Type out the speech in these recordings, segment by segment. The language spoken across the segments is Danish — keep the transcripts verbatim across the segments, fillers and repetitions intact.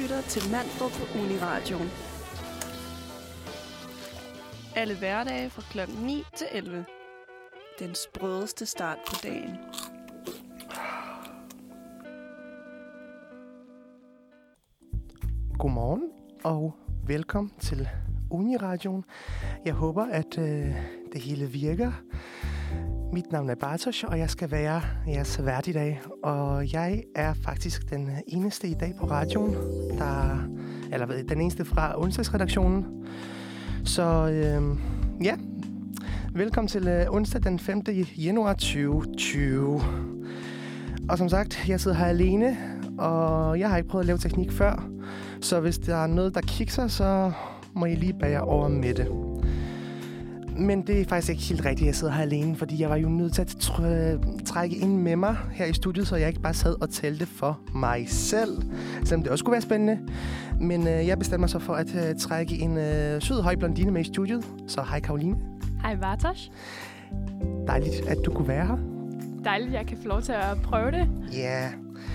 lytter til Mandrup på Uniradioen. Alle hverdage fra klokken ni til elleve. Den sprødeste start på dagen. Godmorgen og velkommen til Uniradioen. Jeg håber, at øh, det hele virker. Mit navn er Bartosz, og jeg skal være jeres vært i dag. Og jeg er faktisk den eneste i dag på radioen, der, eller den eneste fra onsdagsredaktionen. Så øh, ja, velkommen til øh, onsdag den femte januar tyve tyve. Og som sagt, jeg sidder her alene, og jeg har ikke prøvet at lave teknik før. Så hvis der er noget, der kikser, så må I lige bære over med det. Men det er faktisk ikke helt rigtigt, at jeg sidder her alene, fordi jeg var jo nødt til at tr- trække ind med mig her i studiet, så jeg ikke bare sad og talte for mig selv, selvom det også skulle være spændende. Men øh, jeg bestemte mig så for at øh, trække en øh, sød høj blondine med i studiet. Så hej Karoline. Hej Bartosz. Dejligt, at du kunne være her. Dejligt, at jeg kan få lov til at prøve det. Ja. Yeah.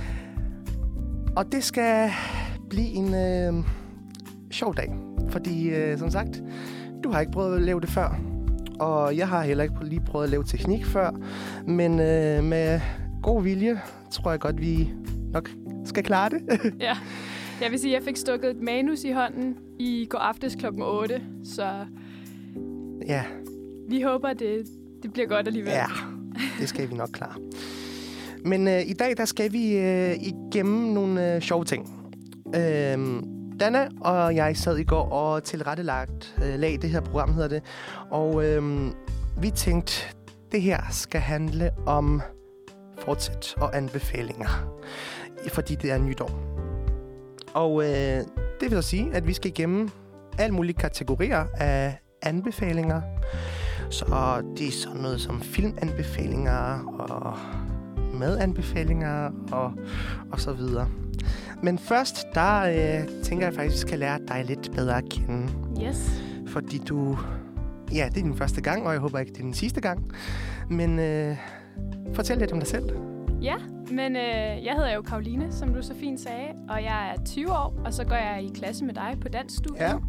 Og det skal blive en øh, sjov dag, fordi øh, som sagt, du har ikke prøvet at lave det før. Og jeg har heller ikke lige prøvet at lave teknik før. Men øh, med god vilje, tror jeg godt, vi nok skal klare det. Ja, jeg vil sige, at jeg fik stukket et manus i hånden i går aftes klokken otte. Så ja, vi håber, at det, det bliver godt alligevel. Ja, det skal vi nok klare. Men øh, i dag, der skal vi øh, igennem nogle øh, sjove ting. Øh, Danna og jeg sad i går og tilrettelagt øh, lag, det her program hedder det. Og øh, vi tænkte, det her skal handle om fortsæt og anbefalinger. Fordi det er nytår. Og øh, det vil så sige, at vi skal igennem alle mulige kategorier af anbefalinger. Så det er sådan noget som filmanbefalinger og madanbefalinger og, og så videre. Men først, der øh, tænker jeg faktisk, at vi skal lære dig lidt bedre at kende. Yes. Fordi du... Ja, det er din første gang, og jeg håber ikke, det er den sidste gang. Men øh, fortæl lidt om dig selv. Ja, men øh, jeg hedder jo Karoline, som du så fint sagde. Og jeg er tyve år, og så går jeg i klasse med dig på danskstudiet. Ja.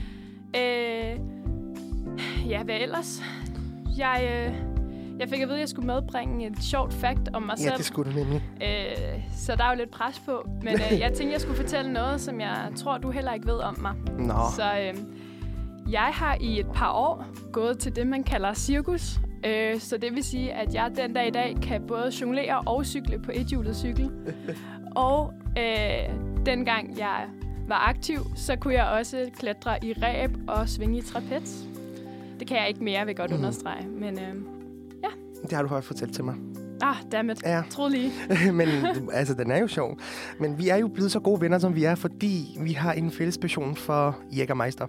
Øh, ja, hvad ellers? Jeg... Øh, Jeg fik at vide, at jeg skulle medbringe et sjovt fact om mig ja, selv. Ja, det skulle du nemlig. Øh, så der er jo lidt pres på. Men øh, jeg tænkte, jeg skulle fortælle noget, som jeg tror, du heller ikke ved om mig. Nå. Så øh, jeg har i et par år gået til det, man kalder cirkus. Øh, så det vil sige, at jeg den dag i dag kan både jonglere og cykle på ethjulet cykel. Og øh, dengang jeg var aktiv, så kunne jeg også klatre i reb og svinge i trapez. Det kan jeg ikke mere, vil jeg godt mm. understrege. Men... Øh, Det har du højt fortalt til mig. Ah, dammit. Ja. Troede lige. Men altså, den er jo sjov. Men vi er jo blevet så gode venner, som vi er, fordi vi har en fælles passion for Jägermeister.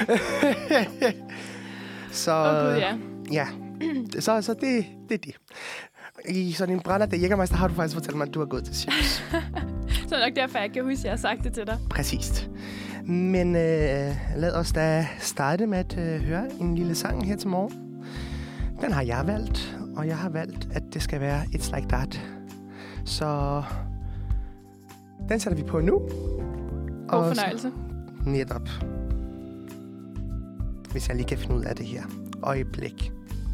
så... Åh oh, gud, ja. Ja, så, så det, det er det. I sådan en brænder af Jägermeister har du faktisk fortalt mig, at du har gået til cirkus. Så nok derfor, jeg kan huske, at jeg har sagt det til dig. Præcist. Men øh, lad os da starte med at øh, høre en lille sang her til morgen. Den har jeg valgt, og jeg har valgt, at det skal være It's Like That. Så den sætter vi på nu. God og fornøjelse. Netop. Hvis jeg lige kan finde ud af det her. Øjeblik.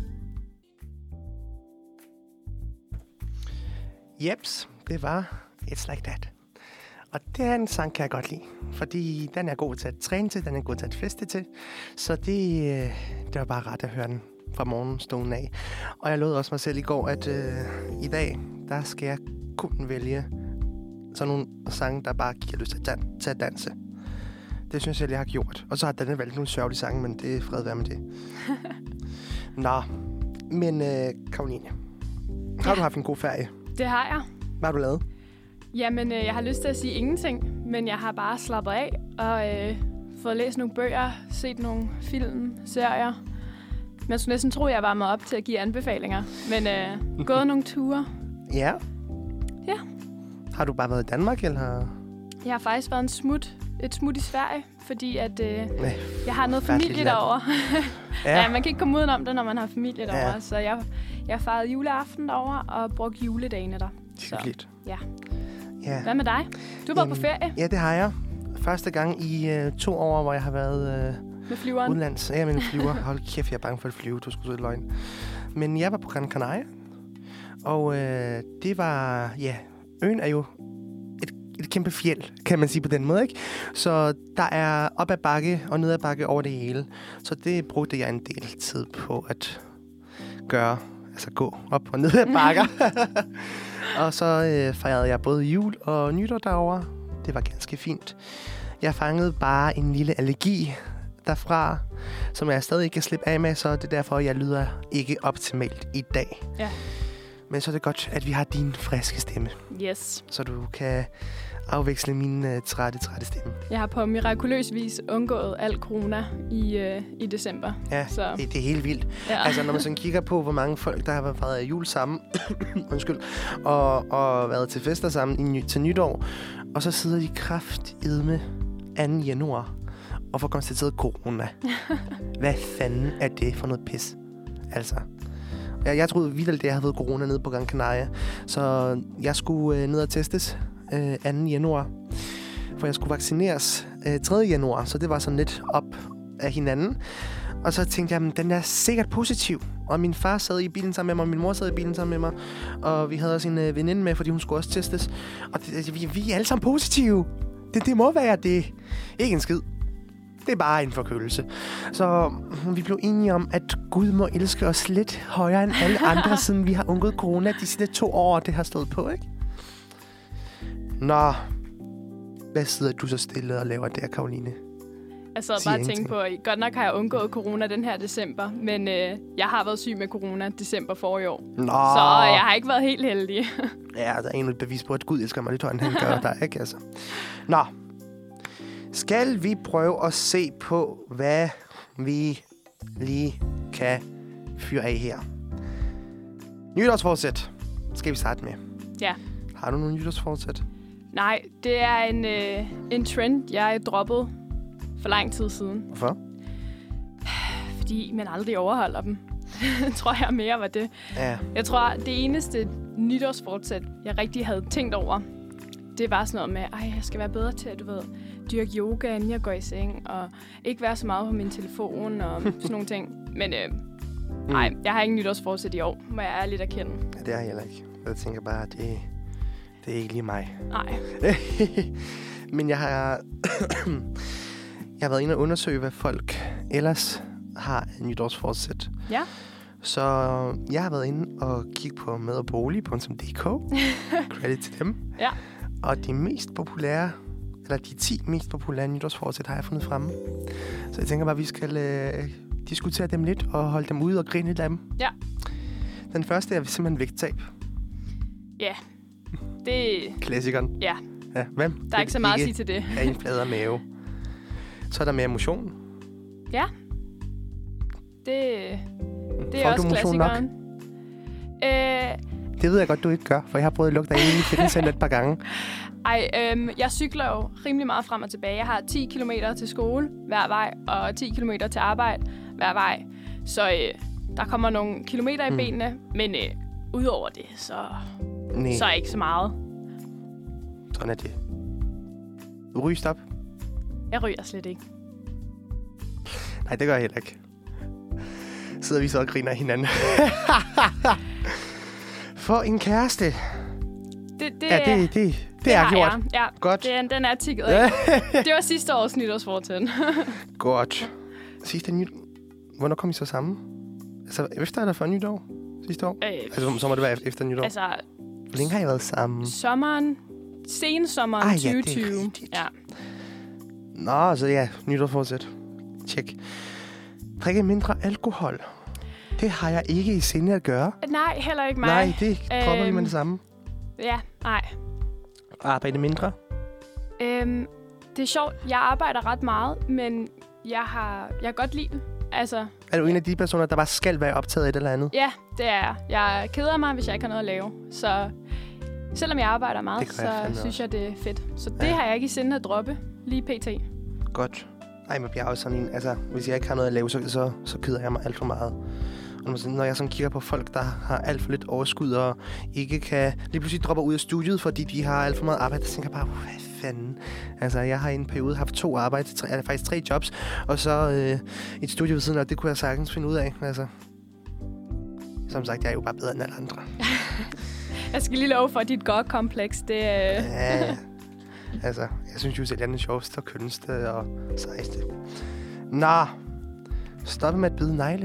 Jeps, det var It's Like That. Og den sang kan jeg godt lide, fordi den er god til at træne til, den er god til at feste til. Så det, det var bare ret at høre den fra morgenstunden af. Og jeg lovede også mig selv i går, at øh, i dag, der skal jeg kun vælge sådan nogle sange, der bare giver lyst til at, dan- til at danse. Det synes jeg, jeg har gjort. Og så har den valgt nogle sørgelige sange, men det er fred være med det. Nå, men øh, Karoline, har ja. du haft en god ferie? Det har jeg. Hvad har du lavet? Jamen, øh, jeg har lyst til at sige ingenting, men jeg har bare slappet af og øh, fået læst nogle bøger, set nogle film, serier. Men jeg skulle næsten tro, at jeg var med op til at give anbefalinger. Men øh, gået nogle ture. Ja? Ja. Har du bare været i Danmark, eller? Jeg har faktisk været en smut, et smut i Sverige, fordi at, øh, Nej, jeg har noget familie derovre. ja. ja, man kan ikke komme udenom det, når man har familie derovre. Ja. Så jeg, jeg fejrede juleaften derovre og brugte juledagene der. Hyggeligt. Ja. Ja. Hvad med dig? Du har været på ferie. Ja, det har jeg. Første gang i uh, to år, hvor jeg har været uh, Med flyveren? udenlands. Ja, med en flyver. Hold kæft, jeg er bange for at flyve. Du skulle så et løgn. Men jeg var på Gran Canaria. Og uh, det var... Ja, øen er jo et, et kæmpe fjeld, kan man sige på den måde, ikke? Så der er op ad bakke og ned ad bakke over det hele. Så det brugte jeg en del tid på at gøre. Altså gå op og ned ad bakker. Og så øh, fejrede jeg både jul og nytår derovre. Det var ganske fint. Jeg fangede bare en lille allergi derfra, som jeg stadig ikke kan slippe af med, så det er derfor, jeg lyder ikke optimalt i dag. Ja. Men så er det godt, at vi har din friske stemme. Yes. Så du kan afveksle min uh, trætte, trætte stemme. Jeg har på mirakuløs vis undgået al corona i, øh, i december. Ja, så. det, det er helt vildt. Ja. Altså, når man sådan kigger på, hvor mange folk, der har været jul sammen, undskyld, og, og været til fester sammen i, til nytår, og så sidder de kraftedme anden januar og får konstateret corona. Hvad fanden er det for noget pis? Altså... Jeg, jeg troede vildt, at jeg havde været corona nede på Gran Canaria. Så jeg skulle øh, ned og testes øh, anden januar. For jeg skulle vaccineres øh, tredje januar. Så det var sådan lidt op af hinanden. Og så tænkte jeg, at den er sikkert positiv. Og min far sad i bilen sammen med mig, og min mor sad i bilen sammen med mig. Og vi havde også en øh, veninde med, fordi hun skulle også testes. Og det, vi, vi er alle sammen positive. Det, det må være det. Ikke en skid. Det er bare en forkølelse. Så vi blev enige om, at Gud må elske os lidt højere end alle andre, siden vi har undgået corona de sidste to år, det har stået på, ikke? Nå, hvad sidder du så stille og laver der, Karoline? Jeg sad bare og tænkte på, at godt nok har jeg undgået corona den her december, men øh, jeg har været syg med corona december forrige år. Nå. Så jeg har ikke været helt heldig. Ja, der er endnu et bevis på, at Gud elsker mig lidt højere, end han gør dig, ikke? Altså. Nå. Skal vi prøve at se på, hvad vi lige kan fyre af her? Nytårsforsæt skal vi starte med. Ja. Har du nogle nytårsforsæt? Nej, det er en, øh, en trend, jeg droppede for lang tid siden. Hvorfor? Fordi man aldrig overholder dem. tror jeg mere var det. Ja. Jeg tror, det eneste nytårsforsæt, jeg rigtig havde tænkt over, det var sådan noget med, ej, jeg skal være bedre til at, du ved, dyrke yoga, inden jeg går i seng, og ikke være så meget på min telefon og sådan nogle ting. Men øh, mm. nej, jeg har ikke nytårsforsæt i år, må jeg ærligt erkende. Ja, det har jeg heller ikke. Jeg tænker bare, at det, det er ikke lige mig. Nej. Men jeg har, jeg har været inde og undersøge, hvad folk ellers har en nytårsforsæt. Ja. Så jeg har været inde og kigge på med og bolig punktum d k. Credit til dem. Ja. Og de mest populære, eller de ti mest populære nytårsforsæt har jeg fundet fremme. Så jeg tænker bare, at vi skal øh, diskutere dem lidt og holde dem ude og grine lidt af dem. Ja. Den første er simpelthen vægttab. Ja. Det... Klassikeren. Ja. Ja, hvem? Der er ikke så meget at sige til det. Af en fladere mave. Så er der mere motion. Ja. Det, det er Får også du motion klassikeren. Nok? Øh, det ved jeg godt, du ikke gør, for jeg har prøvet at lukke dig ind i fitnesscenter et par gange. Ej, øhm, jeg cykler jo rimelig meget frem og tilbage. Jeg har ti kilometer til skole hver vej, og ti kilometer til arbejde hver vej. Så øh, der kommer nogle kilometer i mm. benene, men øh, udover det, så, så er ikke så meget. Sådan er det. Du ryger stop? Jeg ryger slet ikke. Nej, det gør jeg heller ikke. Sidder vi så og griner af hinanden. For en kæreste. Det, det, ja, det, det, det, det er gjort. Jeg. Ja, godt. Det, den er tikket af. Det var sidste års nytårsforsæt. Godt. Sidste nyt... Hvornår kom I så sammen? Altså, efter eller før nytår? Sidste år? Øh, altså, så må det være efter nytår. Altså... Hvor længe har I været sammen? Sommeren... Sensommeren ah, ja, tyve tyve. Ja. Nå, så ja, nytårsforsæt. Tjek. Drikke mindre alkohol. Det har jeg ikke i sinde at gøre. Nej, heller ikke mig. Nej, det dropper øhm, vi med det samme. Ja, nej. Arbejde mindre? Øhm, det er sjovt. Jeg arbejder ret meget, men jeg har jeg kan godt lide det. Altså, er du en af de personer, der bare skal være optaget i et eller andet? Ja, det er jeg. Jeg keder mig, hvis jeg ikke har noget at lave. Så selvom jeg arbejder meget, så jeg synes også. jeg, det er fedt. Så det ja. har jeg ikke i sinde at droppe lige pt. Godt. Ej, men jeg er også sådan en... Altså, hvis jeg ikke har noget at lave, så, så, så keder jeg mig alt for meget. Og når jeg sådan kigger på folk, der har alt for lidt overskud og ikke kan lige pludselig droppe ud af studiet, fordi de har alt for meget arbejde, så tænker jeg bare, hvad fanden. Altså, jeg har i en periode haft to arbejde, tre, eller faktisk tre jobs, og så øh, et studie ved siden af, det kunne jeg sagtens finde ud af. Altså, som sagt, jeg er jo bare bedre end alle andre. Jeg skal lige love for, at dit godt-kompleks, det er... Øh... Ja, altså, jeg synes jo selv, at det er det sjoveste og kønneste og sejste. Nå, stoppe med at bide negle.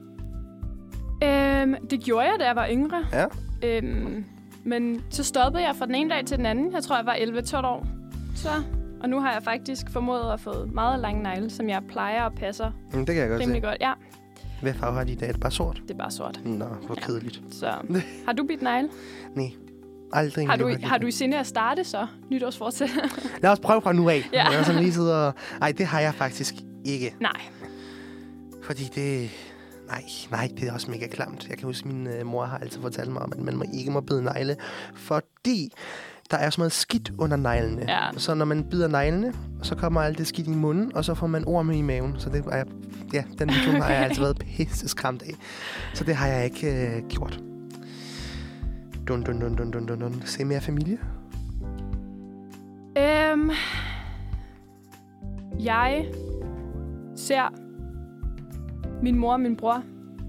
Øhm, det gjorde jeg, da jeg var yngre. Ja. Øhm, men så stoppede jeg fra den ene dag til den anden. Jeg tror, jeg var elleve tolv år. Så, og nu har jeg faktisk formået at få meget lange negle, som jeg plejer og passer Jamen, det kan jeg godt rimelig se. godt. Ja, Hvad farve har de i dag? Er det bare sort? det er bare sort. Nå, hvor kedeligt. Så har du bidt negle? Nej, aldrig. Har du, egentlig har du i sinde at starte så? Nytårsforsæt? Lad os prøve fra nu af. Ja. Jeg er sådan lige sidder og... Ej, det har jeg faktisk ikke. Nej. Fordi det... Nej, nej, det er også mega klamt. Jeg kan huske, at min øh, mor har altid fortalt mig om, at man må ikke må bide negle, fordi der er så meget skidt under neglene. Ja. Så når man bider neglene, så kommer alt det skidt i munden, og så får man orme i maven. Så det er, ja, den vision har jeg altid været pisse skræmt af. Så det har jeg ikke øh, gjort. Dun, dun, dun, dun, dun, dun, dun. Se mere familie? Øhm, jeg ser min mor og min bror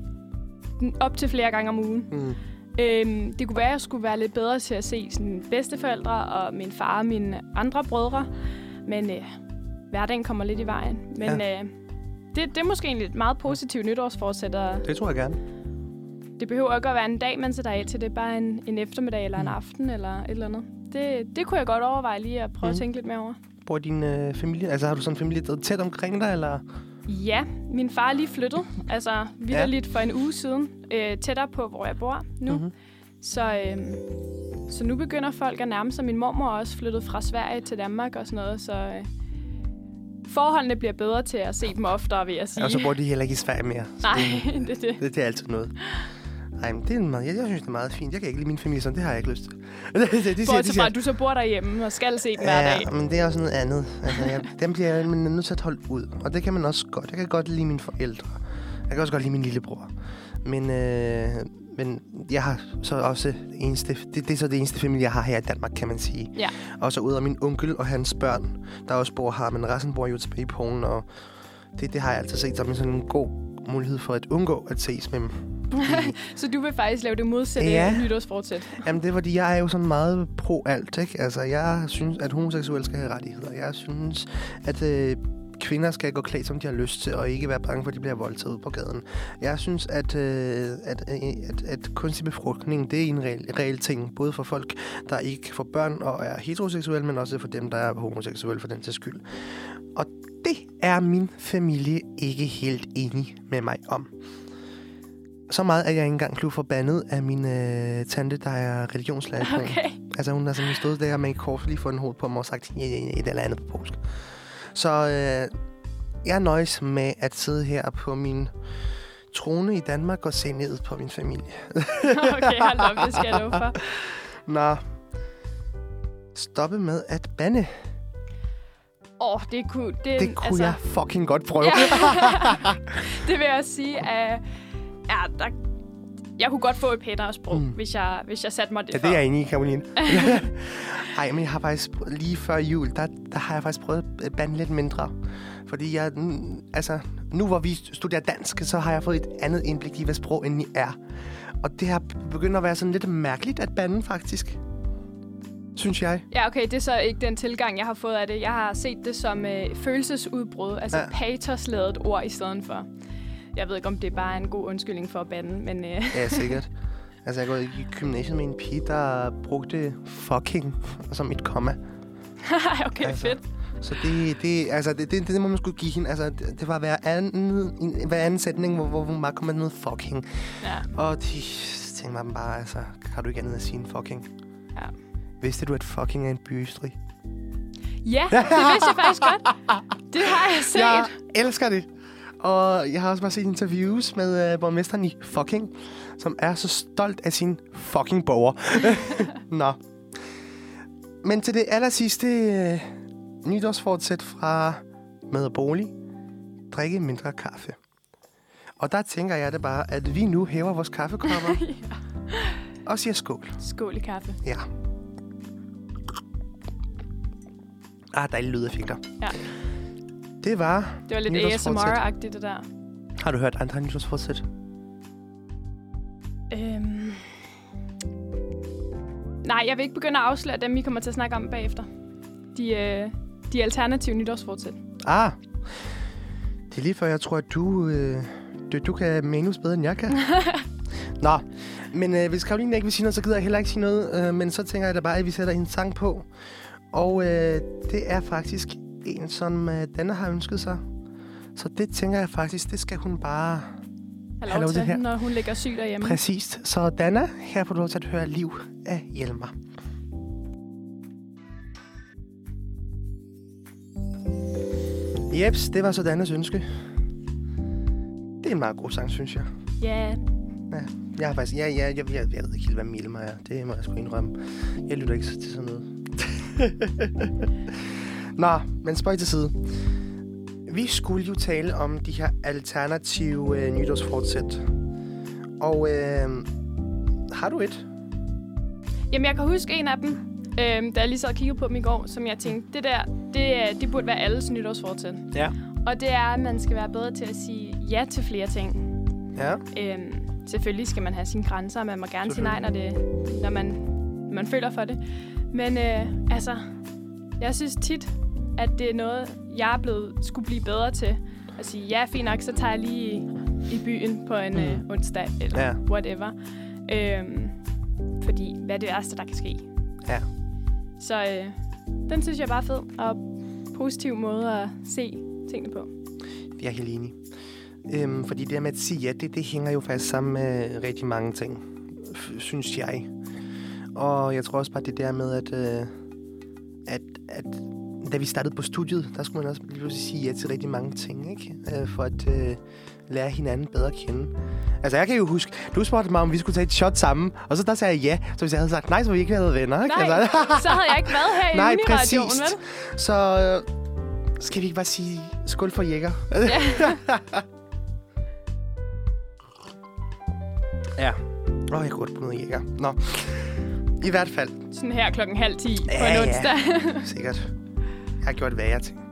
op til flere gange om ugen. Mm. Øhm, det kunne være, at jeg skulle være lidt bedre til at se sådan bedsteforældre og min far og mine andre brødre. Men øh, hverdagen kommer lidt i vejen. Men Ja. øh, det, det er måske en lidt meget positiv nytårsforsæt. Og Det tror jeg gerne. det behøver ikke at være en dag, man sætter af til det. Bare en, en eftermiddag eller en Mm. aften eller et eller andet. Det, det kunne jeg godt overveje lige at prøve mm. at tænke lidt mere over. Bor din øh, familie? Altså har du sådan en familie der er tæt omkring dig, eller? Ja, min far er lige flyttet. Altså, vitterligt for en uge siden. Øh, tættere på, hvor jeg bor nu. Mm-hmm. Så, øh, så nu begynder folk at nærme sig. Min mormor er også flyttet fra Sverige til Danmark og sådan noget. Så øh, forholdene bliver bedre til at se dem oftere, vil jeg sige. Og så bor de heller ikke i Sverige mere. Så Nej, det, det er det. det, det er altid noget. Nej, men det er meget, jeg, jeg synes, det er meget fint. Jeg kan ikke lide min familie sådan. Det har jeg ikke lyst til. det, det, det, Bortset fra, at du så bor derhjemme og skal se dem hver dag. Ja, men det er også noget andet. Altså, jeg, dem bliver jeg man er nødt til at holde ud. Og det kan man også godt. Jeg kan godt lide mine forældre. Jeg kan også godt lide min lillebror. Men, øh, men jeg har så også det eneste... Det, det er så det eneste familie, jeg har her i Danmark, kan man sige. Ja. Og så ud af min onkel og hans børn, der også bor her. Men resten bor jo tilbage i Polen, og det, det har jeg altid set som sådan en god mulighed for at undgå at ses med dem. Så du vil faktisk lave det modsatte Ja. nytårsfortsæt? Jamen, det er fordi, jeg er jo sådan meget pro-alt, ikke? Altså, jeg synes, at homoseksuelle skal have rettigheder. Jeg synes, at øh, kvinder skal gå klædt, som de har lyst til, og ikke være bange for, at de bliver voldtaget på gaden. Jeg synes, at, øh, at, øh, at, at kunstig befrugtning, det er en reel, reel ting, både for folk, der ikke får børn og er heteroseksuelle, men også for dem, der er homoseksuelle for den til skyld. Og det er min familie ikke helt enig med mig om. Så meget, at jeg ikke engang blev forbandet af min øh, tante, der er religionslærer. Okay. Altså, hun har sådan stået der med en kors lige for en hoved på mig og sagt ja, ja, ja, et eller andet på polsk. Så øh, jeg nøjes med at sidde her på min trone i Danmark og se ned på min familie. Okay, hold op, det skal jeg love for. Nå. Stoppe med at bande. Åh, oh, det kunne... Det, Det kunne altså, jeg fucking godt prøve. Ja. Det vil jeg sige, at ja, der, jeg kunne godt få et pænere sprog, mm. hvis, jeg, hvis jeg satte mig det Ja, for. det er jeg enig i, Karoline. Ej, men jeg har faktisk lige før jul, der, der har jeg faktisk prøvet at bande lidt mindre. Fordi jeg, mm, altså, nu hvor vi studerer dansk, så har jeg fået et andet indblik i, hvad sprog egentlig er. Og det har begyndt at være sådan lidt mærkeligt at bande, faktisk. Synes jeg. Ja, okay, det er så ikke den tilgang, jeg har fået af det. Jeg har set det som øh, følelsesudbrud, altså Ja. ja. patosladet ord i stedet for. Jeg ved ikke, om det er bare en god undskyldning for at bande, men... Øh, Ja, sikkert. Altså, jeg går i gymnasiet med en pige, der brugte fucking som et komma. okay, Altså. fedt. Så det, det, altså, det, det, det må man skulle give hende. Altså, det, det var hver anden, hver anden sætning, hvor, hvor hun bare kom med noget fucking. Ja. Og de tænkte mig bare, altså, har du ikke andet at sige end fucking? Ja. Vidste du, at fucking er en by i Østrig? Ja, det vidste jeg faktisk godt. Det har jeg set. Jeg elsker det. Og jeg har også bare set interviews med uh, borgmesteren i fucking, som er så stolt af sin fucking borger. Nå. Men til det aller sidste uh, nytårsfortsæt fra Mad og Bolig. Drikke mindre kaffe. Og der tænker jeg det bare, at vi nu hæver vores kaffekopper Ja. og siger skål. Skål i kaffe. Ja. Ah, dejlige lydeffekter. Ja. Det var Det var lidt A S M R-agtigt, det der. Har du hørt andre nytårsfortsæt? Øhm... Nej, jeg vil ikke begynde at afsløre dem, vi kommer til at snakke om bagefter. De, øh, de alternative nytårsfortsæt. Ah, det er lige før, jeg tror, at du, øh, du, du kan manus bedre, end jeg kan. Nå, men øh, hvis Karoline ikke vil sige noget, så gider jeg heller ikke sige noget. Øh, men så tænker jeg da bare, at vi sætter en sang på. Og øh, det er faktisk en, som øh, Danna har ønsket sig. Så det tænker jeg faktisk, det skal hun bare have lov til, her. Når hun ligger syg derhjemme. Præcis. Så Danna, her får du lov til at høre Liv af Hjelmer. Jeps, det var så Dannes ønske. Det er en meget god sang, synes jeg. Ja. Yeah. Ja, jeg har faktisk... Ja, ja, jeg, jeg, jeg ved ikke helt, hvad Hjelmer er. Det må jeg sgu indrømme. Jeg lytter ikke til sådan noget. Nå, men spøj til side. Vi skulle jo tale om de her alternative øh, nytårsfortsæt. Og øh, har du et? Jamen, jeg kan huske en af dem, øh, da jeg lige sad og kiggede på dem i går, som jeg tænkte, det der, det, det burde være alles nytårsfortsæt. Ja. Og det er, at man skal være bedre til at sige ja til flere ting. Ja. Øh, selvfølgelig skal man have sine grænser, og man må gerne sige nej, når, det, når, man, når man føler for det. Men øh, altså, jeg synes tit, at det er noget, jeg er blevet, skulle blive bedre til. At sige, ja, fint nok, så tager jeg lige i, i byen på en mm. øh, onsdag, eller ja. whatever. Øhm, fordi, hvad er det værste, der kan ske? Ja. Så øh, den synes jeg er bare fed, og positiv måde at se tingene på. Jeg er helt enig. Øhm, fordi det med at sige ja, det, det hænger jo faktisk sammen med rigtig mange ting, synes jeg. Og jeg tror også bare, det der med, at, øh, at, at da vi startede på studiet, der skulle man også lige sige ja til rigtig mange ting, ikke? Øh, for at øh, lære hinanden bedre at kende. Altså, jeg kan jo huske, du spurgte mig, om vi skulle tage et shot sammen, og så der sagde jeg ja. Så hvis jeg havde sagt nej, så ville vi ikke have været venner, ikke? Nej, altså, så havde jeg ikke været her i nej, Uniradioen, præcis. vel? Så øh, skal vi ikke bare sige skål for Jæger? Ja. Ja. Åh, oh, jeg kunne godt bruge noget Jæger. Nå. I hvert fald. Sådan her klokken halv ti ja, på en onsdag. Ja, sikkert. Jeg har gjort værre ting.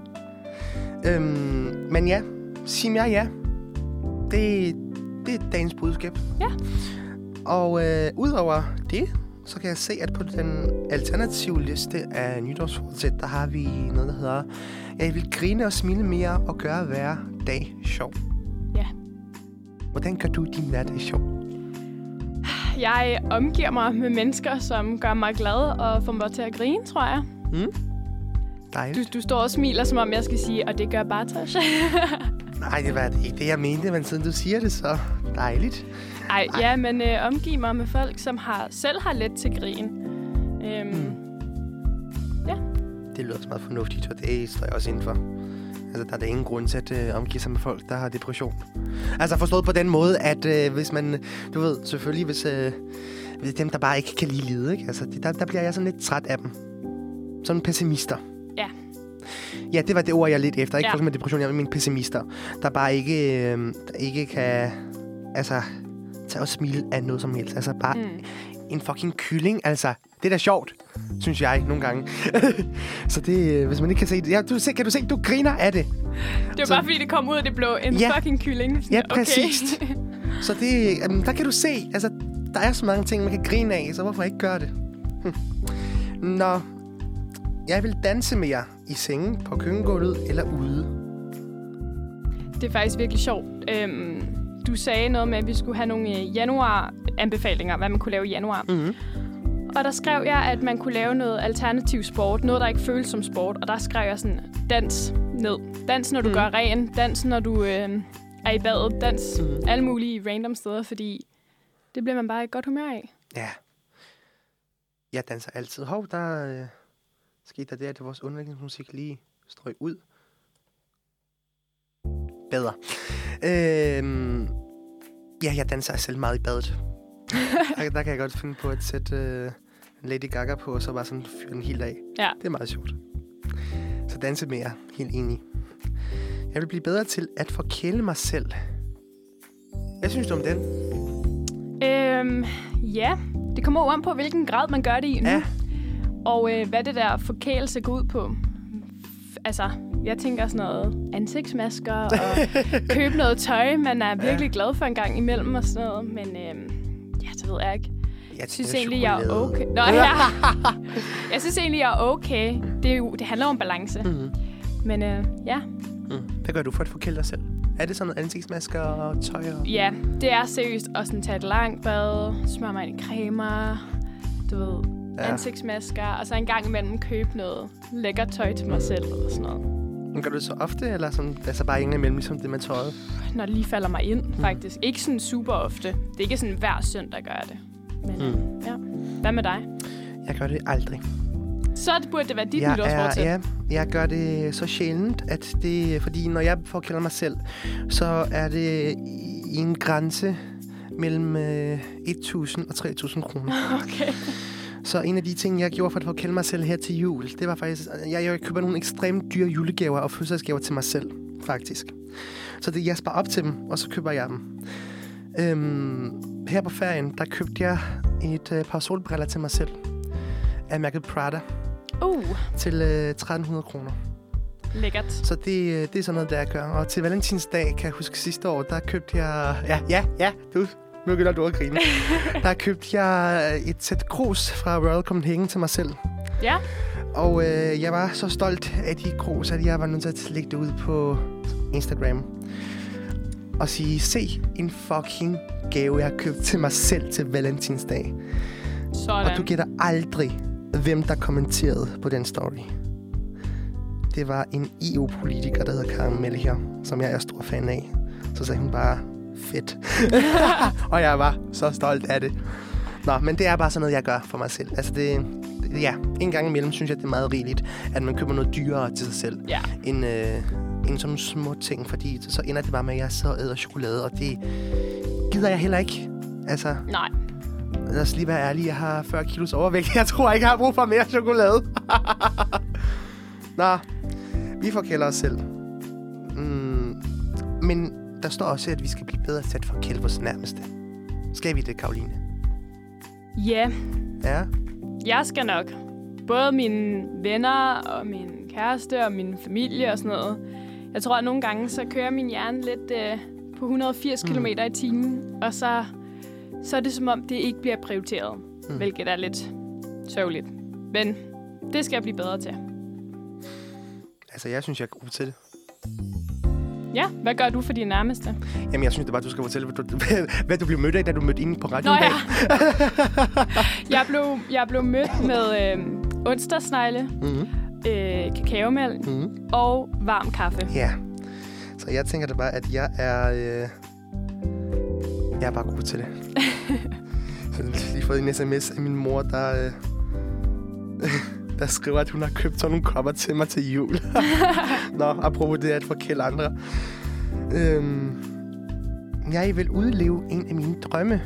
Øhm, men ja, sig mig ja. Det, det er dagens budskab. Ja. Og øh, udover det, så kan jeg se, at på den alternative liste af nytårsfortsæt, der har vi noget, der hedder jeg vil grine og smile mere og gøre hver dag sjov. Ja. Hvordan gør du din hverdag sjov? Jeg omgiver mig med mennesker, som gør mig glad og får mig til at grine, tror jeg. Mm. Dejligt. Du, du står og smiler, som om jeg skal sige, og det gør Bartosz. Nej, det var det ikke det, jeg mente, men siden du siger det, så dejligt. Ej, Ej. ja, men øh, omgiv mig med folk, som har selv har let til grin. Øhm, mm. Ja. Det lyder også meget fornuftigt, og det står jeg også indenfor. Altså, der er der ingen grund til at øh, omgive sig med folk, der har depression. Altså, forstået på den måde, at øh, hvis man... Du ved, selvfølgelig, hvis, øh, hvis dem, der bare ikke kan lide lide, ikke? Altså, der, der bliver jeg sådan lidt træt af dem. Sådan pessimister. Ja. Ja, det var det ord, jeg er lidt efter. Ikke ja. folk med depression, jeg er mine pessimister. Der bare ikke, øh, der ikke kan... Altså, tage og smile af noget som helst. Altså, bare... Mm. En fucking kylling, altså. Det er da sjovt, synes jeg, nogle gange. Så det, hvis man ikke kan se det... Ja, du, kan du se, du griner af det. Det var så, bare fordi, det kom ud af det blå. En ja, fucking kylling. Ja, præcis. Okay. Så det, jamen, der kan du se, altså, der er så mange ting, man kan grine af, så hvorfor ikke gøre det? Hm. Nå, jeg vil danse mere i sengen, på køkkengulvet eller ude. Det er faktisk virkelig sjovt. Øhm, du sagde noget med, at vi skulle have nogle januar-anbefalinger, hvad man kunne lave i januar. Mm-hmm. Og der skrev jeg, at man kunne lave noget alternativ sport. Noget, der ikke føles som sport. Og der skrev jeg sådan, dans ned. Dans, når du mm. gør ren. Dans, når du øh, er i badet. Dans mm. alle mulige random steder, fordi det bliver man bare i godt humør af. Ja. Jeg danser altid. Hov, der øh, skete der det, at vores underlægningsmusik lige strøg ud. Bedre. Øh, ja, jeg danser selv meget i badet. der, der kan jeg godt finde på at sætte øh, Lady Gaga på, og så bare sådan fyre den helt af. Ja. Det er meget sjovt. Så danse mere. Helt enig. Jeg vil blive bedre til at forkæle mig selv. Hvad synes du om den? Øhm, ja. Det kommer jo an på, hvilken grad man gør det i nu. Ja. Og øh, hvad det der forkælelse går ud på. altså, jeg tænker sådan noget ansigtsmasker og købe noget tøj, man er virkelig ja. glad for en gang imellem og sådan noget. Men øhm, ja, det ved jeg ikke. Jeg synes egentlig, jeg er okay. Nå, ja. Jeg synes egentlig, jeg er okay. Det, er jo, det handler om balance. Mm-hmm. Men øh, ja. Mm. Hvad gør du for at forkæle dig selv? Er det sådan noget ansigtsmasker og tøj? Og... Ja, det er seriøst at sådan tage et langt bad, smøre mig ind i cremer, du ved, ja. ansigtsmasker, og så en gang imellem købe noget lækker tøj til mig selv og sådan noget. Men gør du det så ofte, eller sådan, altså bare en gang imellem, ligesom det med tøjet? Når det lige falder mig ind, mm. faktisk. Ikke sådan super ofte. Det er ikke sådan hver søndag, gør jeg det. Men mm. ja. Hvad med dig? Jeg gør det aldrig. Så burde det være dit jeg nytårsforsæt. Ja, jeg gør det så sjældent, at det... Fordi når jeg forkæler mig selv, så er det i en grænse mellem øh, tusind og tre tusind kroner. Okay. Så en af de ting, jeg gjorde for at forkæle mig selv her til jul, det var faktisk... Jeg, jeg køber nogle ekstremt dyre julegaver og fødselsdagsgaver til mig selv, faktisk. Så det, jeg sparer op til dem, og så køber jeg dem. Øhm, her på ferien, der købte jeg et øh, par solbriller til mig selv. Af mærket Prada. Uh. Til øh, tretten hundrede kroner. Lækkert. Så det, det er sådan noget, der jeg gør. Og til Valentinsdag, kan jeg huske sidste år, der købte jeg... Ja, ja, ja, du... Nu begynder du at grine. Der købte jeg et sæt krus fra Royal Copenhagen til mig selv. Ja. Og øh, jeg var så stolt af de krus, at jeg var nødt til at lægge det ud på Instagram. Og sige, se en fucking gave, jeg har købt til mig selv til Valentinsdag. Sådan. Og du gætter aldrig, hvem der kommenterede på den story. Det var en E U-politiker, der hedder Karen Melchior, som jeg er stor fan af. Så sagde hun bare, fedt. Og jeg var så stolt af det. Nå, men det er bare sådan noget, jeg gør for mig selv. Altså det, det ja, en gang imellem synes jeg, det er meget rigeligt, at man køber noget dyrere til sig selv. Ja. End, øh, end sådan små ting, fordi så ender det bare med, at jeg sidder og æder chokolade, og det gider jeg heller ikke. Altså... Nej. Lad os lige være ærlige, jeg har fyrre kilos overvægt. Jeg tror ikke, jeg har brug for mere chokolade. Nå, vi forkælder os selv. Mm, men der står også, at vi skal blive bedre til at forkælde vores nærmeste. Skal vi det, Karoline? Ja. Ja? Jeg skal nok. Både mine venner og min kæreste og min familie og sådan noget. Jeg tror, at nogle gange, så kører min hjerne lidt øh, på et hundrede og firs kilometer mm. i timen. Og så... så er det som om, det ikke bliver prioriteret, mm. hvilket er lidt sørgeligt. Men det skal jeg blive bedre til. Altså, jeg synes, jeg er god til det. Ja, hvad gør du for dine nærmeste? Jamen, jeg synes det bare, du skal fortælle, hvad du, hvad du blev mødt af, da du mødte ind på radioen. Nå ja. jeg, blev, jeg blev mødt med øh, onsdagsnegle, mm-hmm. øh, kakaomælk mm-hmm. og varm kaffe. Ja, så jeg tænker da bare, at jeg er... Øh Jeg er bare god til det. Så jeg har lige fået en sms af min mor, der, øh, der skriver, at hun har købt sådan nogle kopper til mig til jul. Nå, apropos det at forkælde andre. Øhm, jeg vil udleve en af mine drømme.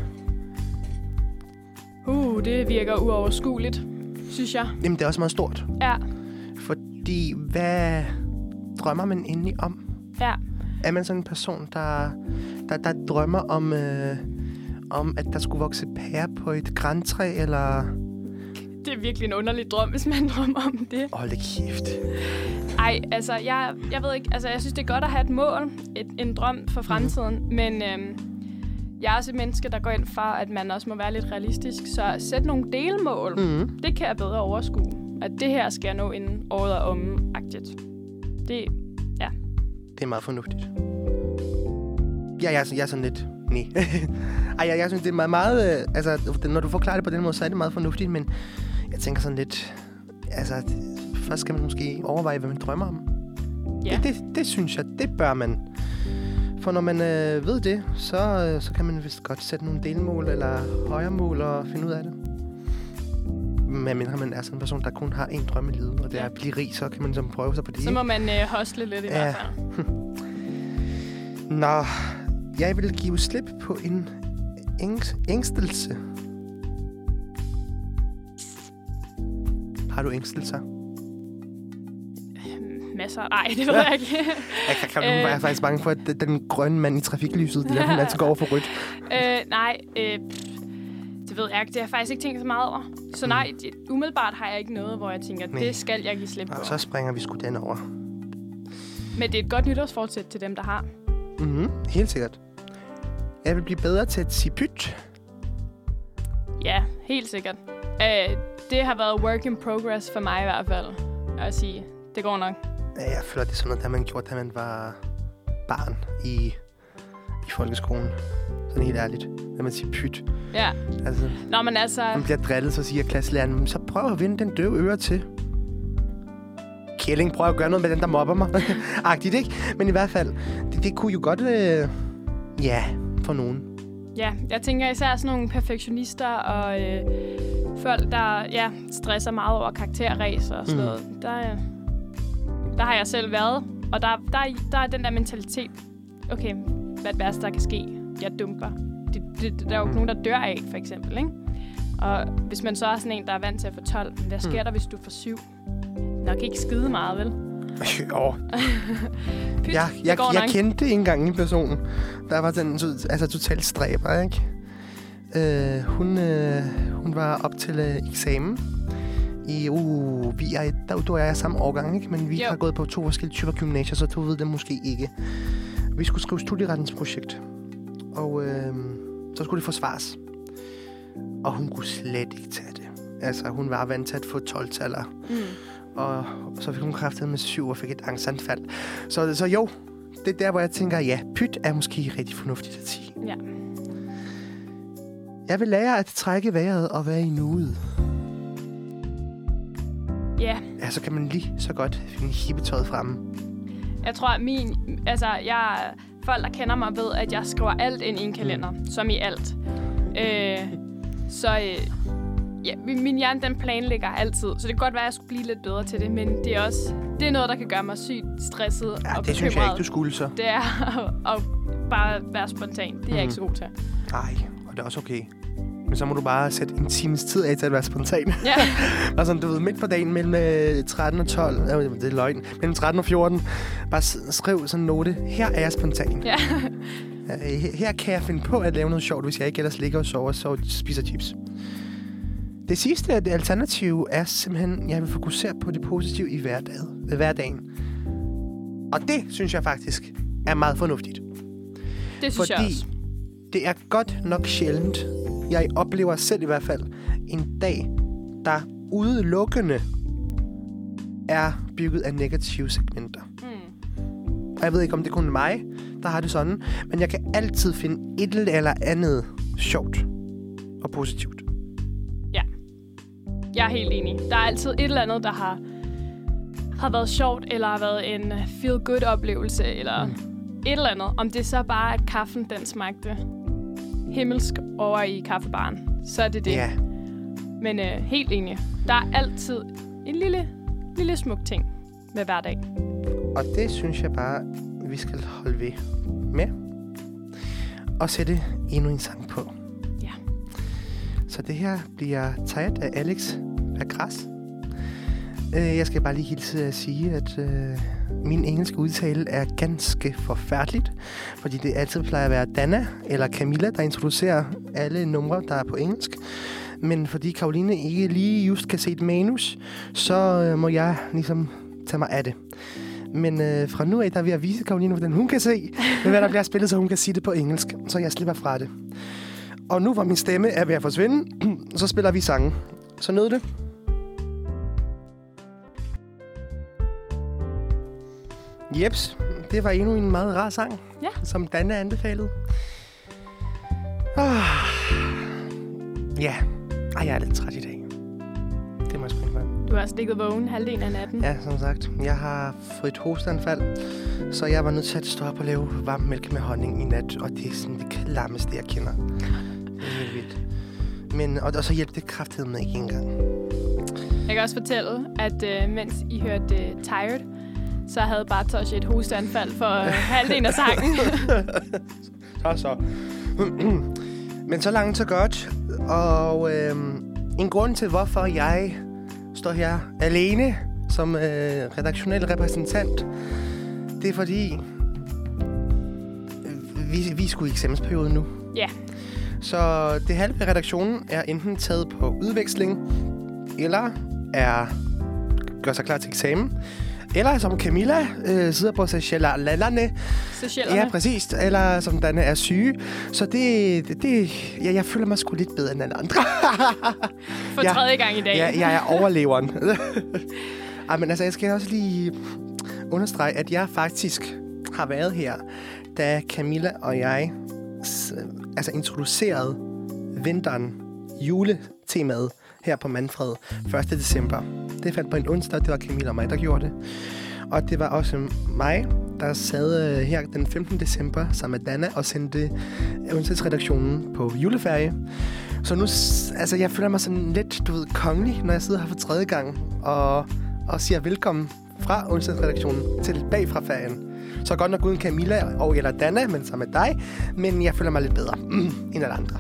Uh, det virker uoverskueligt, synes jeg. Jamen, det er også meget stort. Ja. Fordi, hvad drømmer man egentlig om? Ja. Er man sådan en person, der, der, der drømmer om, øh, om, at der skulle vokse pærer på et grantræ, eller... Det er virkelig en underlig drøm, hvis man drømmer om det. Hold da kæft. Ej, altså, jeg, jeg ved ikke... Altså, jeg synes, det er godt at have et mål, et, en drøm for fremtiden, mm-hmm. men øhm, jeg er også et menneske, der går ind for, at man også må være lidt realistisk, så sæt nogle delmål. Mm-hmm. Det kan jeg bedre overskue. At det her skal jeg nå inden året er omme-agtigt. Det... Ja. Det er meget fornuftigt. Ja, jeg er, jeg er sådan lidt... Nej. Ej, jeg, jeg synes, det er meget... meget øh, altså, når du forklarer det på den måde, så er det meget fornuftigt, men jeg tænker sådan lidt... Altså, det, først skal man måske overveje, hvad man drømmer om. Ja. Det, det, det synes jeg, det bør man. For når man øh, ved det, så, øh, så kan man vist godt sætte nogle delmål eller højere mål og finde ud af det. Men mindre man er sådan en person, der kun har én drøm i livet, og det ja. er at blive rig, så kan man ligesom prøve sig på det. Så må man øh, hostle lidt i ja. hvert fald. Nå, jeg vil give slip på en æng- ængstelse. Har du ængstelser? Masser. Nej, det ved jeg ikke. jeg kan, kan øh, jeg er faktisk bange for, at den grønne mand i trafiklyset, det der, hun altid går over for rødt. Øh, nej, øh, det ved jeg ikke. Det har jeg faktisk ikke tænkt så meget over. Så nej, det, umiddelbart har jeg ikke noget, hvor jeg tænker, nej. Det skal jeg give slip på. Og så springer vi sgu den over. Men det er et godt nytårsfortsæt til dem, der har. Mhm, helt sikkert. Jeg vil blive bedre til at sige pyt. Ja, helt sikkert. Uh, det har været work in progress for mig i hvert fald. At sige, det går nok. Ja, jeg føler, det er sådan noget, der man gjorde, da man var barn i, i folkeskolen. Sådan helt ærligt. Når man siger pyt. Ja. Altså, Nå, men altså... man bliver drillet, så siger klasselæreren, så prøv at vinde den døve øre til. Kælling, prøv at gøre noget med den, der mobber mig. Agtigt, ikke? Men i hvert fald, det, det kunne jo godt... Øh, ja, for nogen. Ja, jeg tænker især sådan nogle perfektionister og øh, folk, der ja, stresser meget over karakterræs og sådan mm. noget. Der, øh, der har jeg selv været, og der, der, der er den der mentalitet. Okay, hvad er det værste, der kan ske? Jeg dumper. Det, det, der er jo mm. nogen, der dør af, for eksempel, ikke? Og hvis man så er sådan en, der er vant til at få tolv, hvad sker mm. der, hvis du får syv? Nok ikke skide meget, vel? Jo. Pyt, jeg jeg, jeg kendte en gang en person, der var den altså totalt stræber, ikke? Øh, hun, øh, hun var op til øh, eksamen. I, uh, vi er, der, du og jeg er samme årgang, ikke? Men vi jo. har gået på to forskellige typer gymnasier, så du ved det måske ikke. Vi skulle skrive studieretningsprojekt. Og øh, så skulle det forsvares. Og hun kunne slet ikke tage det. Altså, hun var vant til at få tolv-taller. Mm. Og så fik hun kræftet med syv og fik et angstanfald. Så, så jo, det er der, hvor jeg tænker, ja, pyt er måske rigtig fornuftigt at sige. Ja. Jeg vil lære at trække vejret og være i nuet. Ja. Ja, så kan man lige så godt finde hippetøjet fremme. Jeg tror, at min... Altså, jeg... Folk, der kender mig, ved, at jeg skriver alt ind i en kalender. Mm. Som i alt. Øh, så... Øh, Ja, min hjerne, den planlægger altid, så det kan godt være, at jeg skulle blive lidt bedre til det, men det er også det er noget, der kan gøre mig sygt stresset ja, og bekymret. det synes jeg ikke, du skulle så. Det er at, at bare være spontan. Det er mm. jeg ikke så god til. Nej, og det er også okay. Men så må du bare sætte en times tid af til at være spontan. Ja. Og sådan, du ved, midt på dagen mellem tretten og tolv, øh, det er løgn, mellem tretten og fjorten, bare skriv sådan en note. Her er jeg spontan. Ja. Her kan jeg finde på at lave noget sjovt, hvis jeg ikke ellers ligger og sover og så spiser chips. Det sidste, det alternative, er simpelthen, at jeg vil fokusere på det positive i hverdagen. Og det, synes jeg faktisk, er meget fornuftigt. Det synes Fordi jeg også. det er godt nok sjældent, jeg oplever selv i hvert fald, en dag, der udelukkende er bygget af negative segmenter. Mm. Og jeg ved ikke, om det kun er mig, der har det sådan, men jeg kan altid finde et eller andet sjovt og positivt. Jeg er helt enig. Der er altid et eller andet, der har, har været sjovt, eller har været en feel-good-oplevelse, eller mm. et eller andet. Om det så bare, at kaffen, den smagte himmelsk over i kaffebaren, så er det det. Yeah. Men øh, helt enig. Der er altid en lille, lille smuk ting med hver dag. Og det synes jeg bare, vi skal holde ved med. Og sætte endnu en sang på. Ja. Så det her bliver Tired af Alex Lagras. Jeg skal bare lige hilse at sige, at øh, min engelske udtale er ganske forfærdeligt. Fordi det altid plejer at være Dana eller Camilla, der introducerer alle numre, der er på engelsk. Men fordi Karoline ikke lige just kan se et manus, så øh, må jeg ligesom tage mig af det. Men øh, fra nu af, der vil jeg vise Karoline, hvordan hun kan se, hvad der bliver spillet, så hun kan sige det på engelsk. Så jeg slipper fra det. Og nu hvor min stemme er ved at forsvinde, så spiller vi sangen. Så nød det. Jeps, det var endnu en meget rar sang, ja. Som Danne anbefalede. Ah. Ja, Ej, jeg er lidt træt i dag. Det må jeg sgu ikke være. Du har også ligget vågen halvdelen af natten. Ja, som sagt. Jeg har fået et hosteanfald, så jeg var nødt til at stå op og lave varm mælk med honning i nat, og det er sådan det klammeste, jeg kender. Det er helt vildt. Men, og, og så hjælper det kraftedeme ikke engang. Jeg kan også fortælle, at øh, mens I hørte uh, Tired, så havde Bartosz et hosteanfald for uh, halvdelen af sangen. så så. Men så langt, så godt. Og øh, en grund til, hvorfor jeg står her alene som øh, redaktionel repræsentant, det er fordi, øh, vi, vi er sgu i eksamensperiode nu. Ja. Yeah. Så det halve af redaktionen er enten taget på udveksling, eller er gør sig klar til eksamen, Eller som Camilla øh, sidder på Seychellerne. Seychellerne. Ja, præcis. Eller som Danne er syge. Så det... det, det ja, jeg føler mig sgu lidt bedre end alle andre. For ja, tredje gang i dag. Ja, jeg er overleveren. Ej, men altså, jeg skal også lige understrege, at jeg faktisk har været her, da Camilla og jeg altså introducerede vinteren, juletemaet her på Manfred første december. Det fandt på en onsdag, det var Camilla og mig, der gjorde det. Og det var også mig, der sad her den femtende december sammen med Dana og sendte onsdagsredaktionen på juleferie. Så nu, altså jeg føler mig sådan lidt, du ved, kongelig, når jeg sidder her for tredje gang og, og siger velkommen fra onsdagsredaktionen tilbage fra ferien. Så godt nok uden Camilla og eller Dana, men sammen med dig. Men jeg føler mig lidt bedre mm, end alle andre.